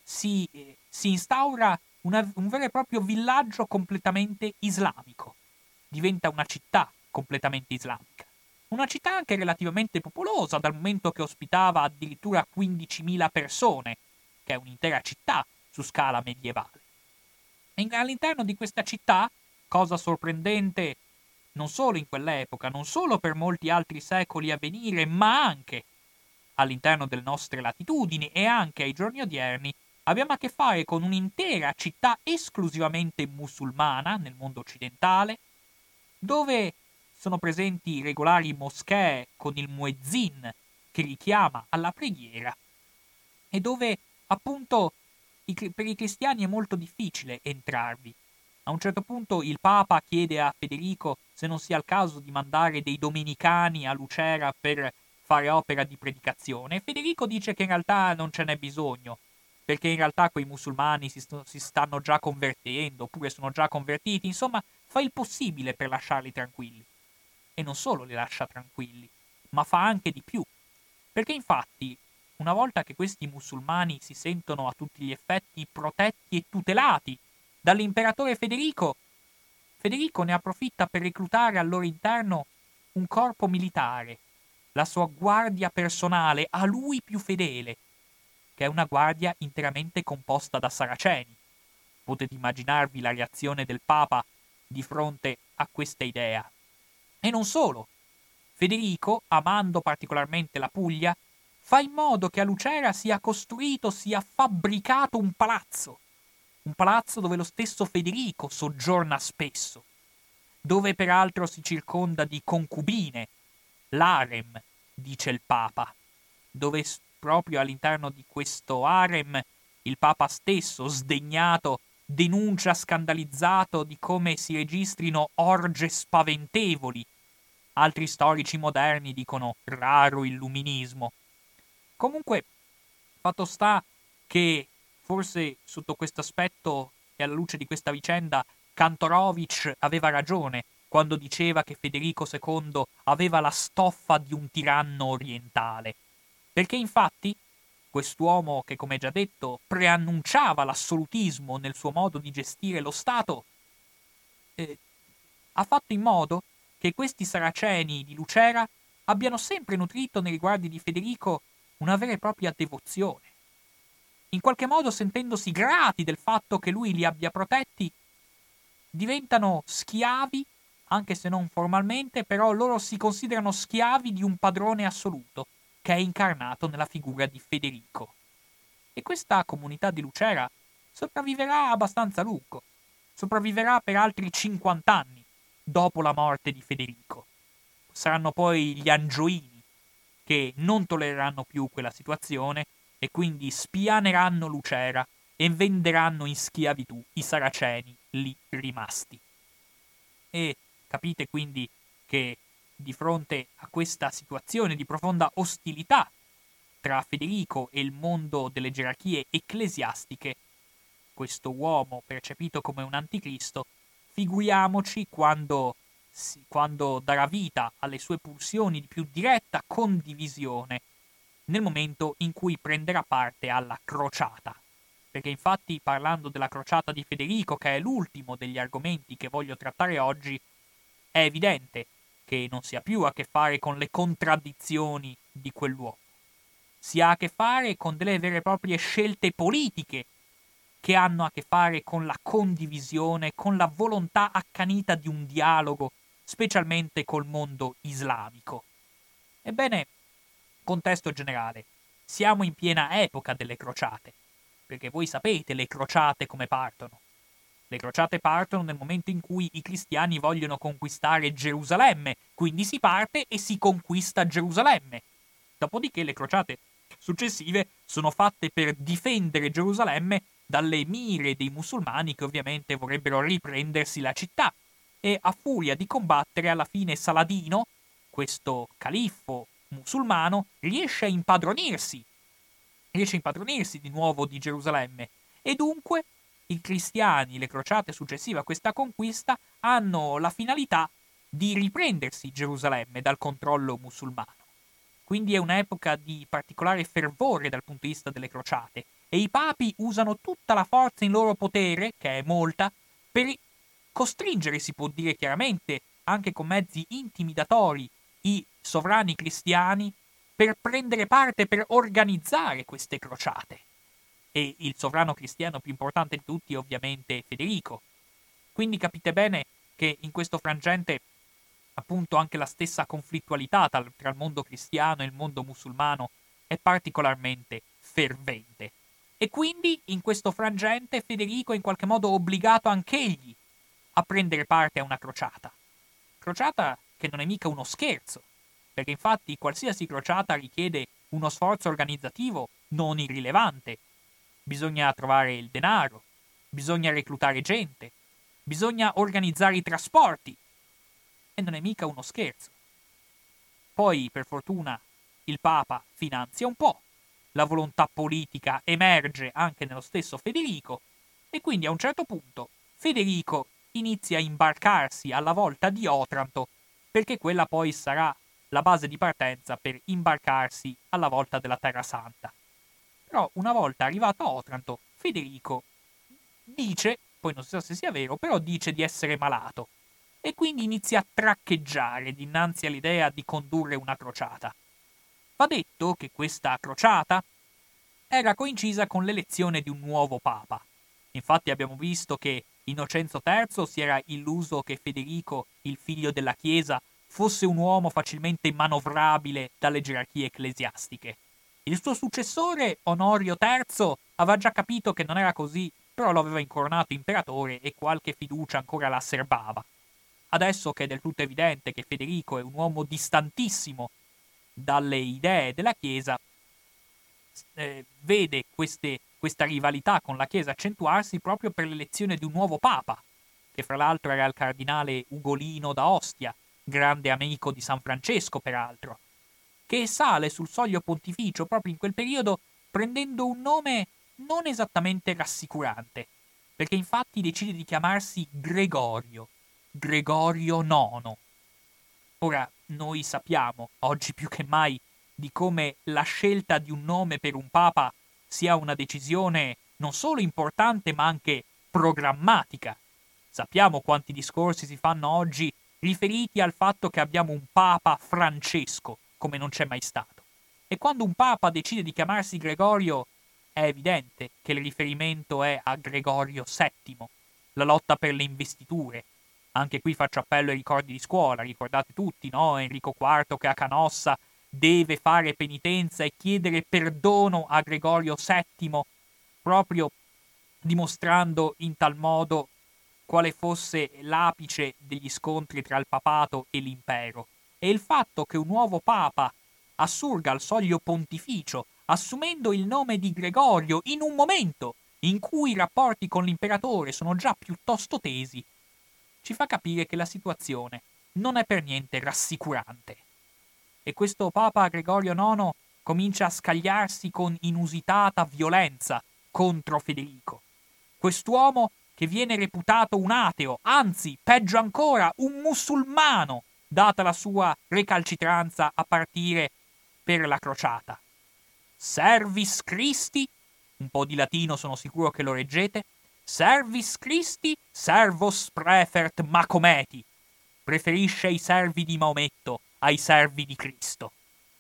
[SPEAKER 1] si instaura un vero e proprio villaggio completamente islamico. Diventa una città completamente islamica. Una città anche relativamente popolosa, dal momento che ospitava addirittura 15.000 persone, che è un'intera città su scala medievale. E all'interno di questa città, cosa sorprendente non solo in quell'epoca, non solo per molti altri secoli a venire, ma anche all'interno delle nostre latitudini e anche ai giorni odierni, abbiamo a che fare con un'intera città esclusivamente musulmana nel mondo occidentale, dove sono presenti regolari moschee con il muezzin che richiama alla preghiera e dove appunto per i cristiani è molto difficile entrarvi. A un certo punto il Papa chiede a Federico se non sia il caso di mandare dei domenicani a Lucera per fare opera di predicazione e Federico dice che in realtà non ce n'è bisogno, perché in realtà quei musulmani si stanno già convertendo, oppure sono già convertiti, insomma fa il possibile per lasciarli tranquilli. E non solo li lascia tranquilli, ma fa anche di più. Perché infatti, una volta che questi musulmani si sentono a tutti gli effetti protetti e tutelati dall'imperatore Federico, Federico ne approfitta per reclutare al loro interno un corpo militare, la sua guardia personale, a lui più fedele, che è una guardia interamente composta da saraceni. Potete immaginarvi la reazione del Papa di fronte a questa idea. E non solo. Federico, amando particolarmente la Puglia, fa in modo che a Lucera sia fabbricato un palazzo dove lo stesso Federico soggiorna spesso, dove peraltro si circonda di concubine, l'harem, dice il Papa, dove proprio all'interno di questo harem il Papa stesso, sdegnato, denuncia scandalizzato di come si registrino orge spaventevoli. Altri storici moderni dicono raro illuminismo. Comunque, fatto sta che forse sotto questo aspetto e alla luce di questa vicenda Kantorowicz aveva ragione quando diceva che Federico II aveva la stoffa di un tiranno orientale. Perché infatti quest'uomo che, come già detto, preannunciava l'assolutismo nel suo modo di gestire lo Stato, ha fatto in modo che questi saraceni di Lucera abbiano sempre nutrito nei riguardi di Federico una vera e propria devozione. In qualche modo, sentendosi grati del fatto che lui li abbia protetti, diventano schiavi, anche se non formalmente, però loro si considerano schiavi di un padrone assoluto, che è incarnato nella figura di Federico. E questa comunità di Lucera sopravviverà abbastanza a lungo. Sopravviverà per altri 50 anni dopo la morte di Federico. Saranno poi gli Angioini che non tollereranno più quella situazione e quindi spianeranno Lucera e venderanno in schiavitù i saraceni lì rimasti. E capite quindi che di fronte a questa situazione di profonda ostilità tra Federico e il mondo delle gerarchie ecclesiastiche, questo uomo percepito come un anticristo Figuriamoci quando darà vita alle sue pulsioni di più diretta condivisione nel momento in cui prenderà parte alla crociata. Perché infatti, parlando della crociata di Federico, che è l'ultimo degli argomenti che voglio trattare oggi, è evidente che non si ha più a che fare con le contraddizioni di quell'uomo. Si ha a che fare con delle vere e proprie scelte politiche che hanno a che fare con la condivisione, con la volontà accanita di un dialogo, specialmente col mondo islamico. Ebbene, contesto generale, siamo in piena epoca delle crociate, perché voi sapete le crociate come partono. Le crociate partono nel momento in cui i cristiani vogliono conquistare Gerusalemme, quindi si parte e si conquista Gerusalemme. Dopodiché le crociate successive sono fatte per difendere Gerusalemme dalle mire dei musulmani che ovviamente vorrebbero riprendersi la città. E a furia di combattere, alla fine Saladino, questo califfo musulmano, riesce a impadronirsi di nuovo di Gerusalemme, e dunque i cristiani, le crociate successive a questa conquista, hanno la finalità di riprendersi Gerusalemme dal controllo musulmano. Quindi è un'epoca di particolare fervore dal punto di vista delle crociate, e i papi usano tutta la forza in loro potere, che è molta, per costringere, si può dire chiaramente, anche con mezzi intimidatori, i sovrani cristiani per prendere parte, per organizzare queste crociate. E il sovrano cristiano più importante di tutti è ovviamente Federico. Quindi capite bene che in questo frangente appunto anche la stessa conflittualità tra il mondo cristiano e il mondo musulmano è particolarmente fervente. E quindi in questo frangente Federico è in qualche modo obbligato anch'egli a prendere parte a una crociata. Crociata che non è mica uno scherzo, perché infatti qualsiasi crociata richiede uno sforzo organizzativo non irrilevante. Bisogna trovare il denaro, bisogna reclutare gente, bisogna organizzare i trasporti, e non è mica uno scherzo. Poi, per fortuna, il Papa finanzia un po', la volontà politica emerge anche nello stesso Federico, e quindi a un certo punto Federico inizia a imbarcarsi alla volta di Otranto, perché quella poi sarà la base di partenza per imbarcarsi alla volta della Terra Santa. Però una volta arrivato a Otranto, Federico dice, poi non so se sia vero, però dice di essere malato, e quindi inizia a traccheggiare dinanzi all'idea di condurre una crociata. Va detto che questa crociata era coincisa con l'elezione di un nuovo papa. Infatti abbiamo visto che Innocenzo III si era illuso che Federico, il figlio della Chiesa, fosse un uomo facilmente manovrabile dalle gerarchie ecclesiastiche. Il suo successore, Onorio III, aveva già capito che non era così, però lo aveva incoronato imperatore e qualche fiducia ancora la serbava. Adesso che è del tutto evidente che Federico è un uomo distantissimo dalle idee della Chiesa, vede questa rivalità con la Chiesa accentuarsi proprio per l'elezione di un nuovo papa, che fra l'altro era il cardinale Ugolino da Ostia, grande amico di San Francesco peraltro, che sale sul soglio pontificio proprio in quel periodo prendendo un nome non esattamente rassicurante, perché infatti decide di chiamarsi Gregorio IX. Ora, noi sappiamo, oggi più che mai, di come la scelta di un nome per un papa sia una decisione non solo importante ma anche programmatica. Sappiamo quanti discorsi si fanno oggi riferiti al fatto che abbiamo un papa Francesco, come non c'è mai stato. E quando un papa decide di chiamarsi Gregorio, è evidente che il riferimento è a Gregorio VII, la lotta per le investiture. Anche qui faccio appello ai ricordi di scuola, ricordate tutti, no? Enrico IV che a Canossa deve fare penitenza e chiedere perdono a Gregorio VII, proprio dimostrando in tal modo quale fosse l'apice degli scontri tra il papato e l'impero. E il fatto che un nuovo papa assurga al soglio pontificio, assumendo il nome di Gregorio in un momento in cui i rapporti con l'imperatore sono già piuttosto tesi, ci fa capire che la situazione non è per niente rassicurante. E questo Papa Gregorio IX comincia a scagliarsi con inusitata violenza contro Federico. Quest'uomo che viene reputato un ateo, anzi, peggio ancora, un musulmano, data la sua recalcitranza a partire per la crociata. Servis Christi, un po' di latino sono sicuro che lo reggete, Servis Christi, servos prefert Macometi. Preferisce i servi di Maometto ai servi di Cristo.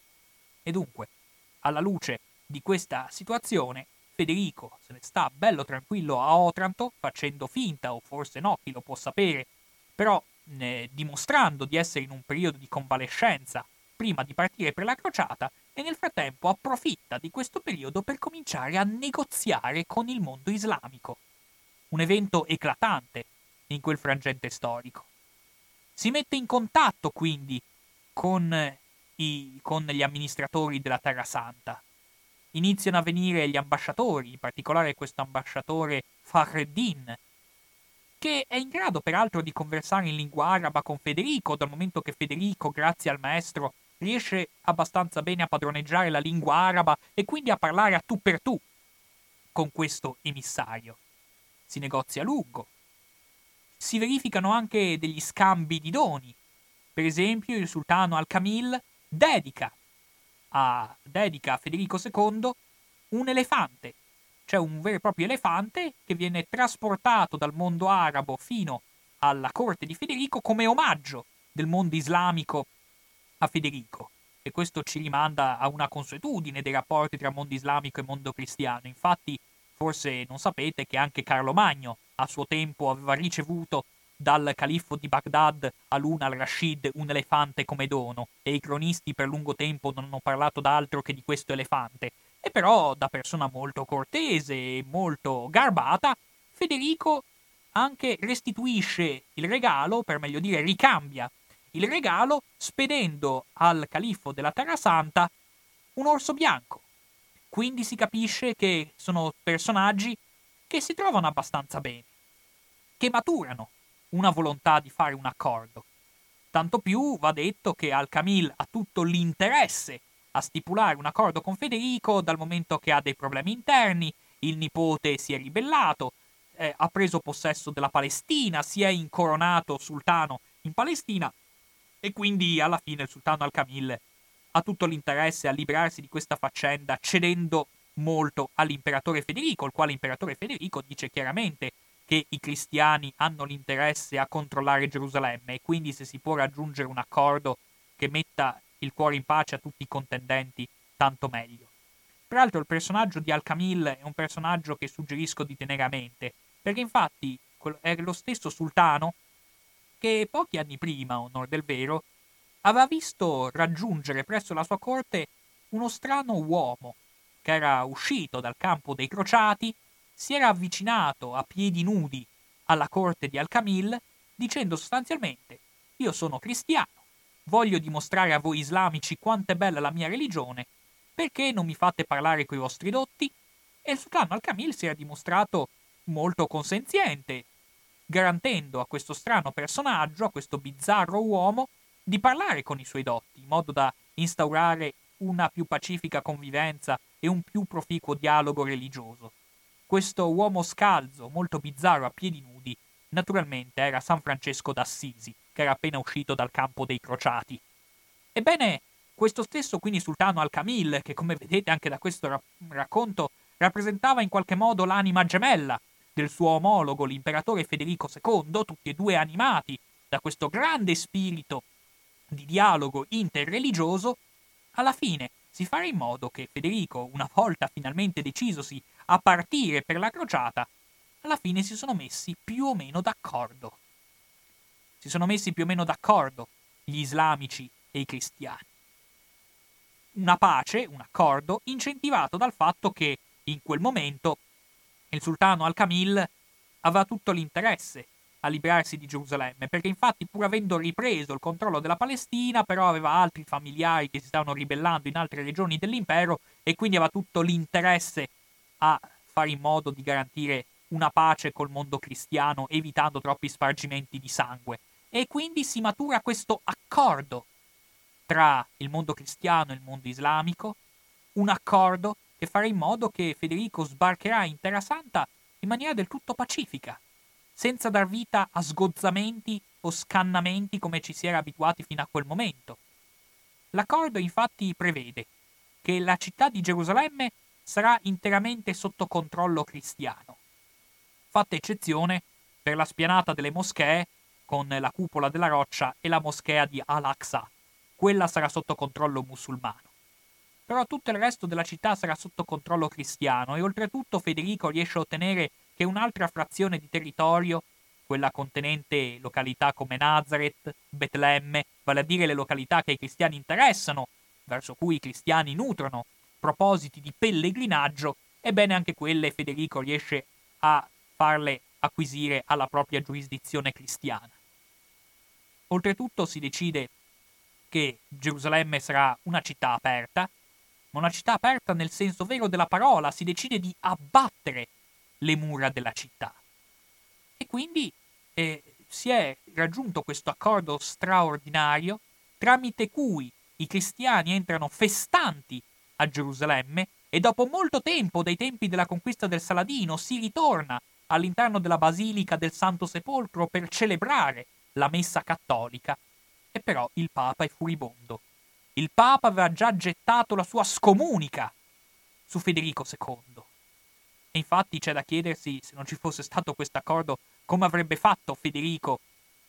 [SPEAKER 1] E dunque, alla luce di questa situazione, Federico se ne sta bello tranquillo a Otranto, facendo finta, o forse no, chi lo può sapere, però dimostrando di essere in un periodo di convalescenza prima di partire per la crociata, e nel frattempo approfitta di questo periodo per cominciare a negoziare con il mondo islamico. Un evento eclatante in quel frangente storico. Si mette in contatto quindi con gli amministratori della Terra Santa. Iniziano a venire gli ambasciatori, in particolare questo ambasciatore Fahreddin, che è in grado peraltro di conversare in lingua araba con Federico, dal momento che Federico, grazie al maestro, riesce abbastanza bene a padroneggiare la lingua araba e quindi a parlare a tu per tu con questo emissario. Si negozia a lungo. Si verificano anche degli scambi di doni. Per esempio, il sultano Al-Kamil dedica a Federico II un elefante, cioè un vero e proprio elefante che viene trasportato dal mondo arabo fino alla corte di Federico come omaggio del mondo islamico a Federico. E questo ci rimanda a una consuetudine dei rapporti tra mondo islamico e mondo cristiano. Infatti, forse non sapete che anche Carlo Magno a suo tempo aveva ricevuto dal califfo di Baghdad Harun al-Rashid un elefante come dono, e i cronisti per lungo tempo non hanno parlato d'altro che di questo elefante. E però, da persona molto cortese e molto garbata, Federico anche restituisce il regalo, per meglio dire ricambia il regalo, spedendo al califfo della Terra Santa un orso bianco. Quindi si capisce che sono personaggi che si trovano abbastanza bene, che maturano una volontà di fare un accordo. Tanto più va detto che Al-Kamil ha tutto l'interesse a stipulare un accordo con Federico, dal momento che ha dei problemi interni, il nipote si è ribellato, ha preso possesso della Palestina, si è incoronato sultano in Palestina, e quindi alla fine il sultano Al-Kamil ha tutto l'interesse a liberarsi di questa faccenda, cedendo molto all'imperatore Federico, il quale imperatore Federico dice chiaramente che i cristiani hanno l'interesse a controllare Gerusalemme, e quindi se si può raggiungere un accordo che metta il cuore in pace a tutti i contendenti, tanto meglio. Peraltro il personaggio di Al-Kamil è un personaggio che suggerisco di tenere a mente, perché infatti è lo stesso sultano che pochi anni prima, a onor del vero, aveva visto raggiungere presso la sua corte uno strano uomo che era uscito dal campo dei crociati, si era avvicinato a piedi nudi alla corte di Al-Kamil, dicendo sostanzialmente: io sono cristiano, voglio dimostrare a voi islamici quanto è bella la mia religione, perché non mi fate parlare coi vostri dotti? E il sultano Al-Kamil si era dimostrato molto consenziente, garantendo a questo strano personaggio, a questo bizzarro uomo, di parlare con i suoi dotti, in modo da instaurare una più pacifica convivenza e un più proficuo dialogo religioso. Questo uomo scalzo, molto bizzarro, a piedi nudi, naturalmente era San Francesco d'Assisi, che era appena uscito dal campo dei crociati. Ebbene, questo stesso quindi sultano Al-Kamil, che come vedete anche da questo racconto rappresentava in qualche modo l'anima gemella del suo omologo, l'imperatore Federico II, tutti e due animati da questo grande spirito di dialogo interreligioso, alla fine si farà in modo che Federico, una volta finalmente decisosi a partire per la crociata, alla fine si sono messi più o meno d'accordo. Si sono messi più o meno d'accordo gli islamici e i cristiani. Una pace, un accordo, incentivato dal fatto che in quel momento il sultano Al-Kamil aveva tutto l'interesse a liberarsi di Gerusalemme, perché infatti pur avendo ripreso il controllo della Palestina, però aveva altri familiari che si stavano ribellando in altre regioni dell'impero, e quindi aveva tutto l'interesse a fare in modo di garantire una pace col mondo cristiano, evitando troppi spargimenti di sangue. E quindi si matura questo accordo tra il mondo cristiano e il mondo islamico, un accordo che farà in modo che Federico sbarcherà in Terra Santa in maniera del tutto pacifica, senza dar vita a sgozzamenti o scannamenti come ci si era abituati fino a quel momento. L'accordo infatti prevede che la città di Gerusalemme sarà interamente sotto controllo cristiano, fatta eccezione per la spianata delle moschee con la cupola della roccia e la moschea di Al-Aqsa. Quella sarà sotto controllo musulmano. Però tutto il resto della città sarà sotto controllo cristiano e oltretutto Federico riesce a ottenere che un'altra frazione di territorio, quella contenente località come Nazareth, Betlemme, vale a dire le località che i cristiani interessano, verso cui i cristiani nutrono propositi di pellegrinaggio, ebbene anche quelle Federico riesce a farle acquisire alla propria giurisdizione cristiana. Oltretutto si decide che Gerusalemme sarà una città aperta, ma una città aperta nel senso vero della parola, si decide di abbattere le mura della città. E quindi si è raggiunto questo accordo straordinario tramite cui i cristiani entrano festanti a Gerusalemme e dopo molto tempo, dai tempi della conquista del Saladino, si ritorna all'interno della Basilica del Santo Sepolcro per celebrare la messa cattolica. E però il Papa è furibondo. Il Papa aveva già gettato la sua scomunica su Federico II. E infatti c'è da chiedersi, se non ci fosse stato questo accordo, come avrebbe fatto Federico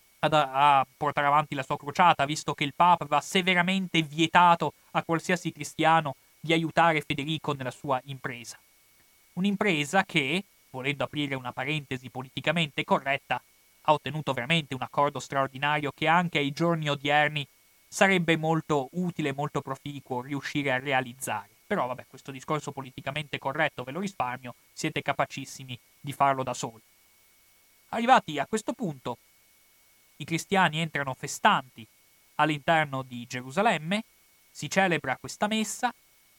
[SPEAKER 1] a portare avanti la sua crociata, visto che il Papa aveva severamente vietato a qualsiasi cristiano di aiutare Federico nella sua impresa. Un'impresa che, volendo aprire una parentesi politicamente corretta, ha ottenuto veramente un accordo straordinario che anche ai giorni odierni sarebbe molto utile, molto proficuo riuscire a realizzare. Però vabbè, questo discorso politicamente corretto ve lo risparmio, siete capacissimi di farlo da soli. Arrivati a questo punto, i cristiani entrano festanti all'interno di Gerusalemme, si celebra questa messa,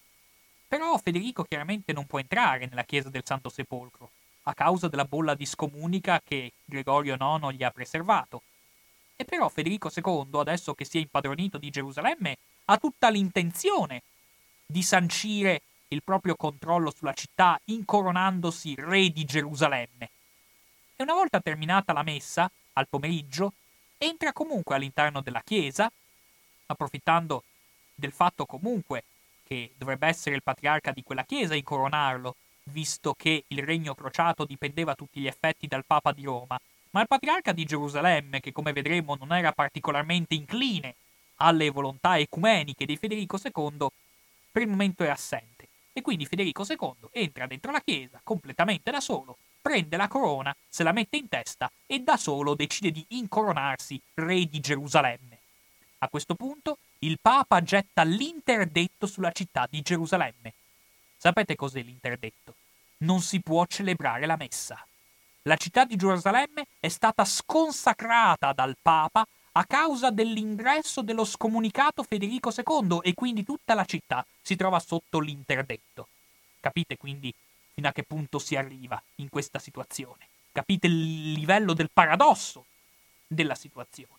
[SPEAKER 1] però Federico chiaramente non può entrare nella chiesa del Santo Sepolcro, a causa della bolla di scomunica che Gregorio IX gli ha preservato. E però Federico II, adesso che si è impadronito di Gerusalemme, ha tutta l'intenzione di sancire il proprio controllo sulla città, incoronandosi re di Gerusalemme. E una volta terminata la messa, al pomeriggio, entra comunque all'interno della chiesa, approfittando del fatto comunque che dovrebbe essere il patriarca di quella chiesa a incoronarlo, visto che il regno crociato dipendeva a tutti gli effetti dal Papa di Roma, ma il patriarca di Gerusalemme, che come vedremo non era particolarmente incline alle volontà ecumeniche di Federico II, per il momento è assente. E quindi Federico II entra dentro la chiesa completamente da solo, prende la corona, se la mette in testa e da solo decide di incoronarsi re di Gerusalemme. A questo punto il Papa getta l'interdetto sulla città di Gerusalemme. Sapete cos'è l'interdetto? Non si può celebrare la messa. La città di Gerusalemme è stata sconsacrata dal Papa a causa dell'ingresso dello scomunicato Federico II e quindi tutta la città si trova sotto l'interdetto. Capite quindi fino a che punto si arriva in questa situazione? Capite il livello del paradosso della situazione?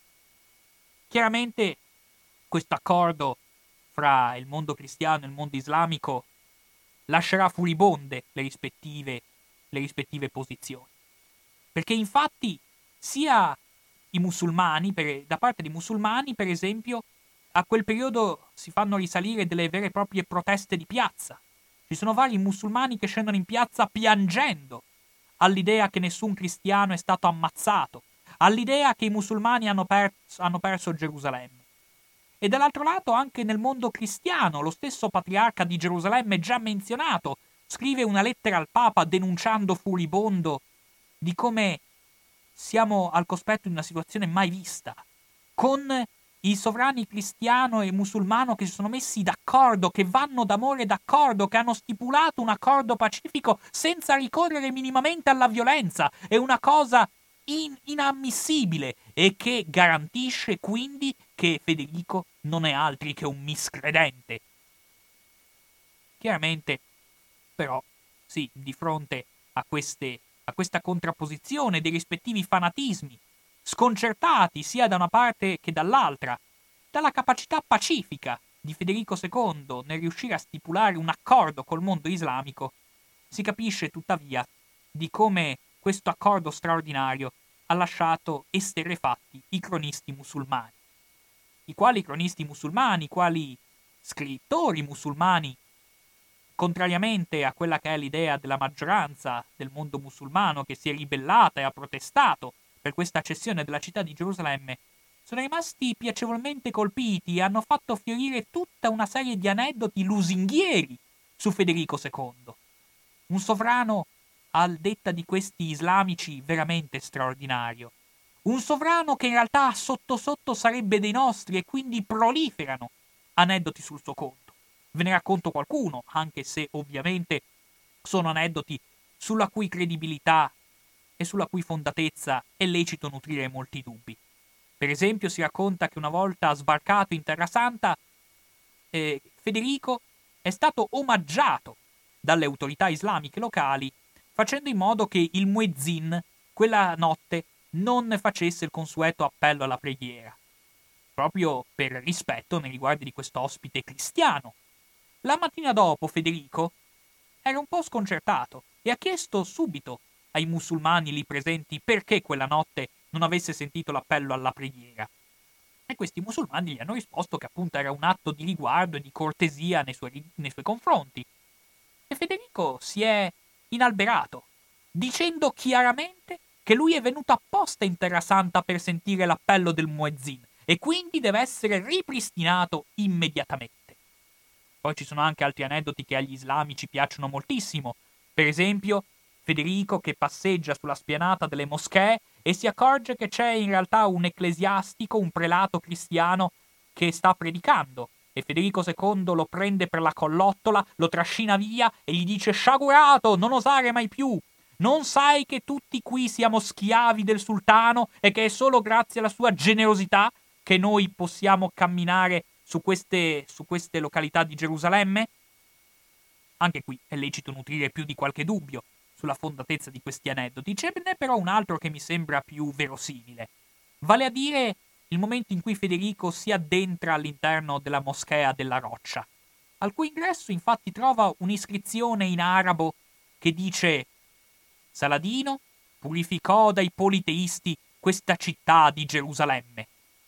[SPEAKER 1] Chiaramente questo accordo fra il mondo cristiano e il mondo islamico lascerà furibonde le rispettive posizioni. Perché infatti sia i musulmani, da parte dei musulmani, per esempio, a quel periodo si fanno risalire delle vere e proprie proteste di piazza. Ci sono vari musulmani che scendono in piazza piangendo all'idea che nessun cristiano è stato ammazzato, all'idea che i musulmani hanno perso Gerusalemme. E dall'altro lato anche nel mondo cristiano, lo stesso patriarca di Gerusalemme già menzionato scrive una lettera al Papa denunciando furibondo di come siamo al cospetto di una situazione mai vista, con i sovrani cristiano e musulmano che si sono messi d'accordo, che vanno d'amore d'accordo, che hanno stipulato un accordo pacifico senza ricorrere minimamente alla violenza. È una cosa inammissibile e che garantisce quindi che Federico non è altri che un miscredente. Chiaramente, però, sì, di fronte a questa contrapposizione dei rispettivi fanatismi, sconcertati sia da una parte che dall'altra, dalla capacità pacifica di Federico II nel riuscire a stipulare un accordo col mondo islamico, si capisce tuttavia di come questo accordo straordinario ha lasciato esterrefatti i cronisti musulmani, i quali cronisti musulmani, i quali scrittori musulmani, contrariamente a quella che è l'idea della maggioranza del mondo musulmano che si è ribellata e ha protestato per questa cessione della città di Gerusalemme, sono rimasti piacevolmente colpiti e hanno fatto fiorire tutta una serie di aneddoti lusinghieri su Federico II, un sovrano al detta di questi islamici veramente straordinario, un sovrano che in realtà sotto sotto sarebbe dei nostri e quindi proliferano aneddoti sul suo conto. Ve ne racconto qualcuno, anche se ovviamente sono aneddoti sulla cui credibilità e sulla cui fondatezza è lecito nutrire molti dubbi. Per esempio si racconta che una volta sbarcato in Terra Santa, Federico è stato omaggiato dalle autorità islamiche locali facendo in modo che il muezzin quella notte non facesse il consueto appello alla preghiera, proprio per rispetto nei riguardi di questo ospite cristiano. La mattina dopo Federico era un po' sconcertato e ha chiesto subito ai musulmani lì presenti perché quella notte non avesse sentito l'appello alla preghiera. E questi musulmani gli hanno risposto che appunto era un atto di riguardo e di cortesia nei suoi confronti. E Federico si è inalberato, dicendo chiaramente che lui è venuto apposta in Terra Santa per sentire l'appello del muezzin e quindi deve essere ripristinato immediatamente. Poi ci sono anche altri aneddoti che agli islamici piacciono moltissimo. Per esempio, Federico che passeggia sulla spianata delle moschee e si accorge che c'è in realtà un ecclesiastico, un prelato cristiano che sta predicando. E Federico II lo prende per la collottola, lo trascina via e gli dice: «Sciagurato, non osare mai più! Non sai che tutti qui siamo schiavi del sultano e che è solo grazie alla sua generosità che noi possiamo camminare su queste località di Gerusalemme?» Anche qui è lecito nutrire più di qualche dubbio sulla fondatezza di questi aneddoti. Ce n'è però un altro che mi sembra più verosimile, vale a dire il momento in cui Federico si addentra all'interno della moschea della Roccia, al cui ingresso infatti trova un'iscrizione in arabo che dice: «Saladino purificò dai politeisti questa città di Gerusalemme».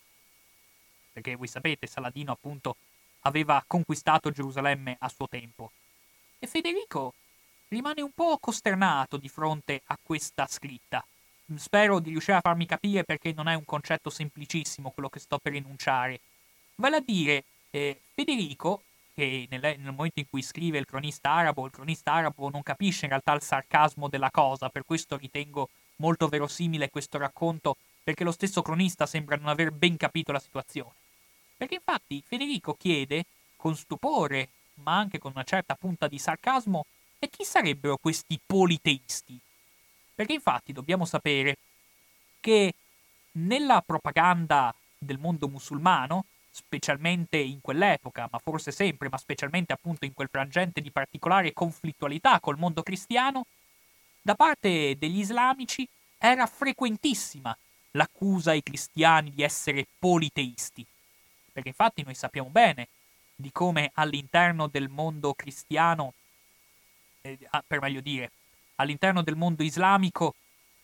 [SPEAKER 1] Perché voi sapete, Saladino appunto aveva conquistato Gerusalemme a suo tempo. E Federico rimane un po' costernato di fronte a questa scritta. Spero di riuscire a farmi capire perché non è un concetto semplicissimo quello che sto per enunciare. Vale a dire, Federico, che nel momento in cui scrive il cronista arabo non capisce in realtà il sarcasmo della cosa, per questo ritengo molto verosimile questo racconto, perché lo stesso cronista sembra non aver ben capito la situazione. Perché infatti Federico chiede, con stupore, ma anche con una certa punta di sarcasmo, e chi sarebbero questi politeisti? Perché infatti dobbiamo sapere che nella propaganda del mondo musulmano, specialmente in quell'epoca, ma forse sempre, ma specialmente appunto in quel frangente di particolare conflittualità col mondo cristiano, da parte degli islamici era frequentissima l'accusa ai cristiani di essere politeisti. Perché infatti noi sappiamo bene di come all'interno del mondo cristiano, per meglio dire, all'interno del mondo islamico,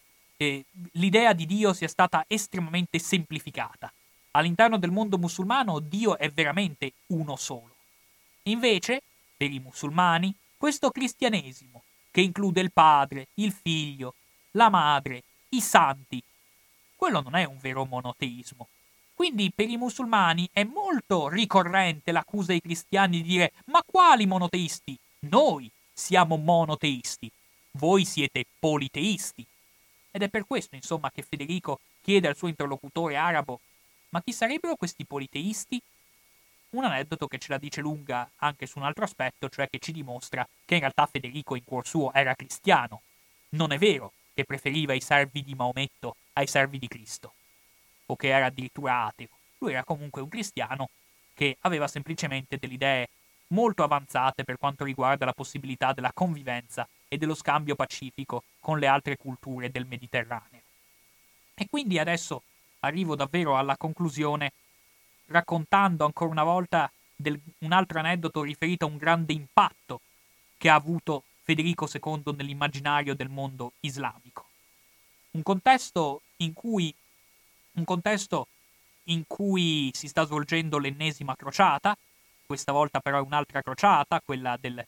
[SPEAKER 1] l'idea di Dio sia stata estremamente semplificata. All'interno del mondo musulmano Dio è veramente uno solo. Invece, per i musulmani, questo cristianesimo, che include il padre, il figlio, la madre, i santi, quello non è un vero monoteismo. Quindi per i musulmani è molto ricorrente l'accusa ai cristiani di dire: «Ma quali monoteisti? Noi siamo monoteisti, voi siete politeisti». Ed è per questo, insomma, che Federico chiede al suo interlocutore arabo: «Ma chi sarebbero questi politeisti?» Un aneddoto che ce la dice lunga anche su un altro aspetto, cioè che ci dimostra che in realtà Federico in cuor suo era cristiano. Non è vero che preferiva i servi di Maometto ai servi di Cristo, o che era addirittura ateo. Lui era comunque un cristiano che aveva semplicemente delle idee molto avanzate per quanto riguarda la possibilità della convivenza e dello scambio pacifico con le altre culture del Mediterraneo. E quindi adesso arrivo davvero alla conclusione raccontando ancora una volta un altro aneddoto riferito a un grande impatto che ha avuto Federico II nell'immaginario del mondo islamico. Un contesto in cui un contesto in cui si sta svolgendo l'ennesima crociata, questa volta però è un'altra crociata, quella del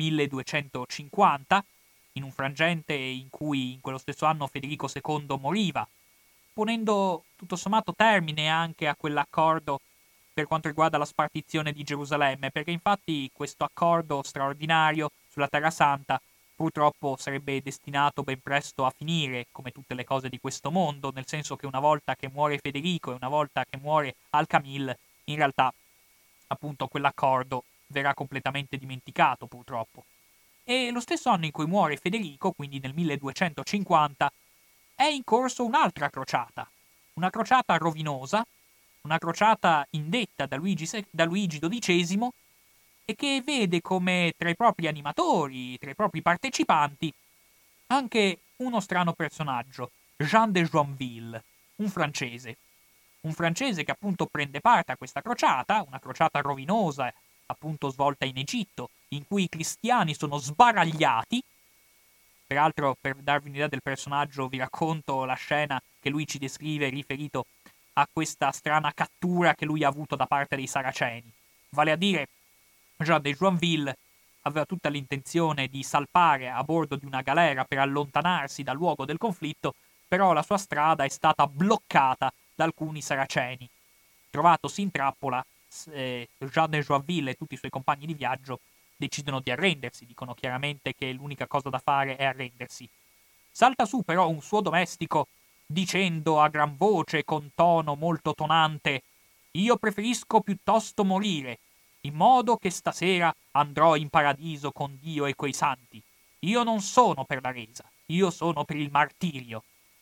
[SPEAKER 1] 1250, in un frangente in cui in quello stesso anno Federico II moriva, ponendo tutto sommato termine anche a quell'accordo per quanto riguarda la spartizione di Gerusalemme, perché infatti questo accordo straordinario sulla Terra Santa purtroppo sarebbe destinato ben presto a finire, come tutte le cose di questo mondo, nel senso che una volta che muore Federico e una volta che muore Al-Kamil, in realtà appunto quell'accordo verrà completamente dimenticato purtroppo. E lo stesso anno in cui muore Federico, quindi nel 1250, è in corso un'altra crociata, una crociata rovinosa, una crociata indetta da Luigi XII e che vede come tra i propri animatori, tra i propri partecipanti, anche uno strano personaggio, Jean de Joinville, un francese. Un francese che appunto prende parte a questa crociata, una crociata rovinosa, appunto svolta in Egitto, in cui i cristiani sono sbaragliati. Peraltro, per darvi un'idea del personaggio, vi racconto la scena che lui ci descrive riferito a questa strana cattura che lui ha avuto da parte dei Saraceni. Vale a dire, Jean de Joinville aveva tutta l'intenzione di salpare a bordo di una galera per allontanarsi dal luogo del conflitto, però la sua strada è stata bloccata da alcuni Saraceni. Trovatosi in trappola, Jean de Joinville e tutti i suoi compagni di viaggio decidono di arrendersi, dicono chiaramente che l'unica cosa da fare è arrendersi. Salta su però un suo domestico dicendo a gran voce, con tono molto tonante: «Io preferisco piuttosto morire, in modo che stasera andrò in paradiso con Dio e coi santi. Io non sono per la resa, io sono per il martirio».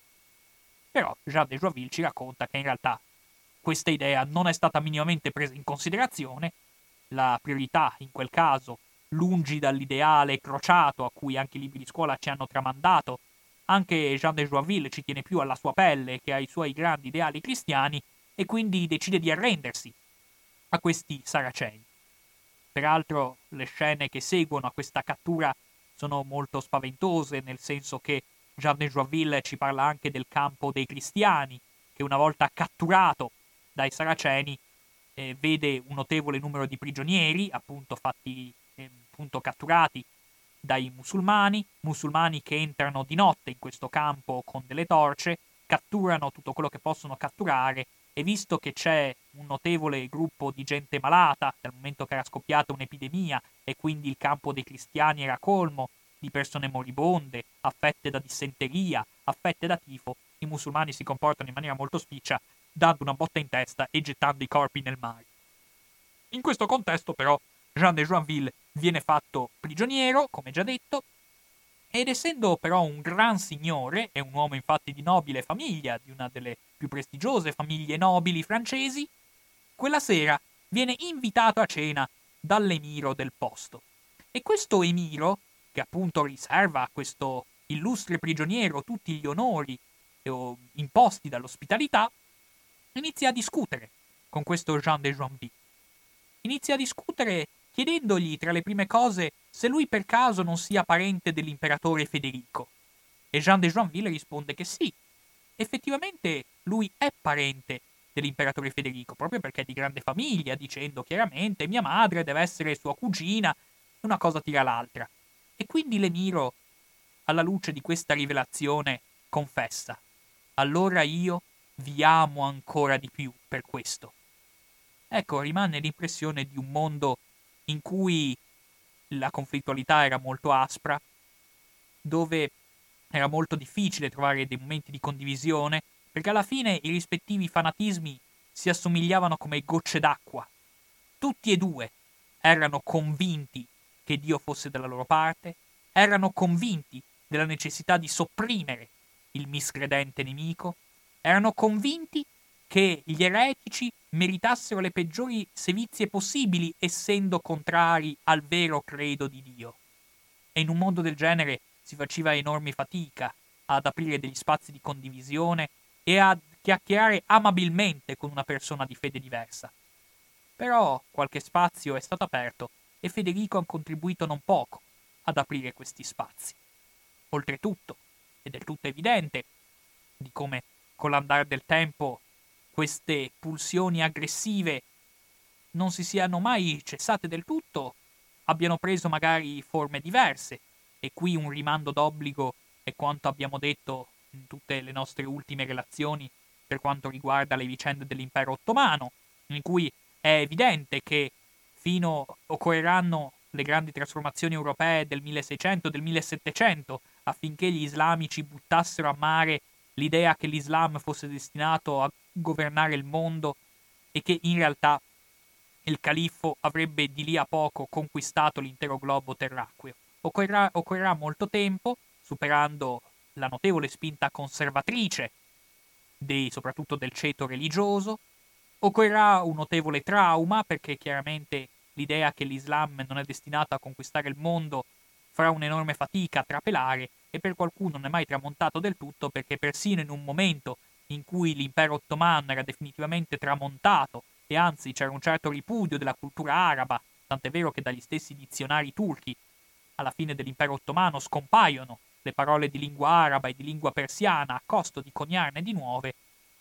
[SPEAKER 1] Però Jean de Joinville ci racconta che in realtà questa idea non è stata minimamente presa in considerazione. La priorità, in quel caso, lungi dall'ideale crociato a cui anche i libri di scuola ci hanno tramandato, anche Jean de Joinville ci tiene più alla sua pelle che ai suoi grandi ideali cristiani e quindi decide di arrendersi a questi saraceni. Peraltro le scene che seguono a questa cattura sono molto spaventose, nel senso che Jean de Joinville ci parla anche del campo dei cristiani, che una volta catturato dai saraceni vede un notevole numero di prigionieri, appunto appunto catturati dai musulmani che entrano di notte in questo campo con delle torce, catturano tutto quello che possono catturare e visto che c'è un notevole gruppo di gente malata, dal momento che era scoppiata un'epidemia e quindi il campo dei cristiani era colmo di persone moribonde, affette da dissenteria, affette da tifo, i musulmani si comportano in maniera molto spiccia, dando una botta in testa e gettando i corpi nel mare. In questo contesto, però, Jean de Joinville viene fatto prigioniero, come già detto, ed essendo però un gran signore, è un uomo infatti di nobile famiglia, di una delle più prestigiose famiglie nobili francesi, quella sera viene invitato a cena dall'emiro del posto. E questo emiro, che appunto riserva a questo illustre prigioniero tutti gli onori imposti dall'ospitalità, inizia a discutere con questo Jean de Joinville. Inizia a discutere chiedendogli tra le prime cose se lui per caso non sia parente dell'imperatore Federico. E Jean de Joinville risponde che sì, effettivamente lui è parente dell'imperatore Federico, proprio perché è di grande famiglia, dicendo chiaramente mia madre deve essere sua cugina, una cosa tira l'altra. E quindi l'emiro, alla luce di questa rivelazione, confessa: allora io vi amo ancora di più per questo. Ecco, rimane l'impressione di un mondo in cui la conflittualità era molto aspra, dove era molto difficile trovare dei momenti di condivisione, perché alla fine i rispettivi fanatismi si assomigliavano come gocce d'acqua. Tutti e due erano convinti che Dio fosse dalla loro parte, erano convinti della necessità di sopprimere il miscredente nemico, erano convinti che gli eretici meritassero le peggiori sevizie possibili, essendo contrari al vero credo di Dio. E in un mondo del genere si faceva enorme fatica ad aprire degli spazi di condivisione e a chiacchierare amabilmente con una persona di fede diversa. Però qualche spazio è stato aperto e Federico ha contribuito non poco ad aprire questi spazi. Oltretutto, è del tutto evidente di come con l'andare del tempo queste pulsioni aggressive non si siano mai cessate del tutto, abbiano preso magari forme diverse, e qui un rimando d'obbligo è quanto abbiamo detto in tutte le nostre ultime relazioni per quanto riguarda le vicende dell'impero ottomano, in cui è evidente che fino occorreranno le grandi trasformazioni europee del 1600 e del 1700 affinché gli islamici buttassero a mare l'idea che l'Islam fosse destinato a governare il mondo e che in realtà il califfo avrebbe di lì a poco conquistato l'intero globo terracqueo. Occorrerà molto tempo, superando la notevole spinta conservatrice soprattutto del ceto religioso. Occorrerà un notevole trauma, perché chiaramente l'idea che l'Islam non è destinato a conquistare il mondo farà un'enorme fatica a trapelare, e per qualcuno non è mai tramontato del tutto, perché persino in un momento in cui l'impero ottomano era definitivamente tramontato e anzi c'era un certo ripudio della cultura araba, tant'è vero che dagli stessi dizionari turchi alla fine dell'impero ottomano scompaiono le parole di lingua araba e di lingua persiana a costo di coniarne di nuove.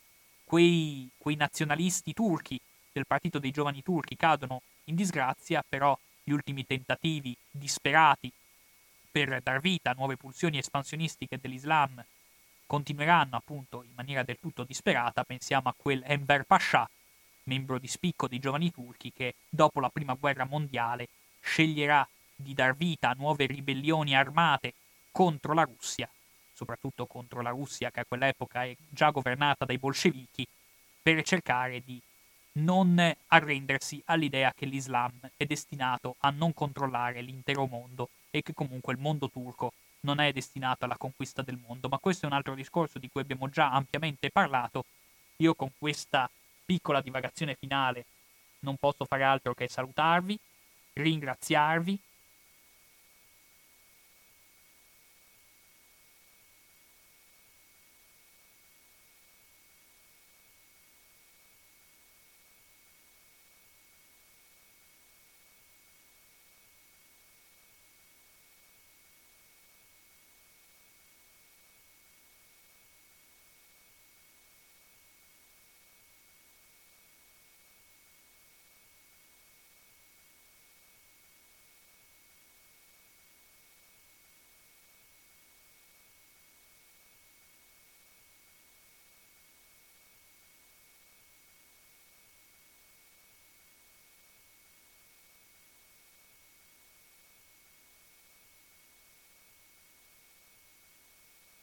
[SPEAKER 1] Quei nazionalisti turchi del partito dei giovani turchi cadono in disgrazia, però gli ultimi tentativi disperati per dar vita a nuove pulsioni espansionistiche dell'Islam continueranno appunto in maniera del tutto disperata. Pensiamo a quel Enver Pasha, membro di spicco dei giovani turchi, che dopo la prima guerra mondiale sceglierà di dar vita a nuove ribellioni armate contro la Russia, soprattutto contro la Russia che a quell'epoca è già governata dai bolscevichi, per cercare di non arrendersi all'idea che l'Islam è destinato a non controllare l'intero mondo e che comunque il mondo turco non è destinato alla conquista del mondo. Ma questo è un altro discorso di cui abbiamo già ampiamente parlato. Io con questa piccola divagazione finale non posso fare altro che salutarvi, ringraziarvi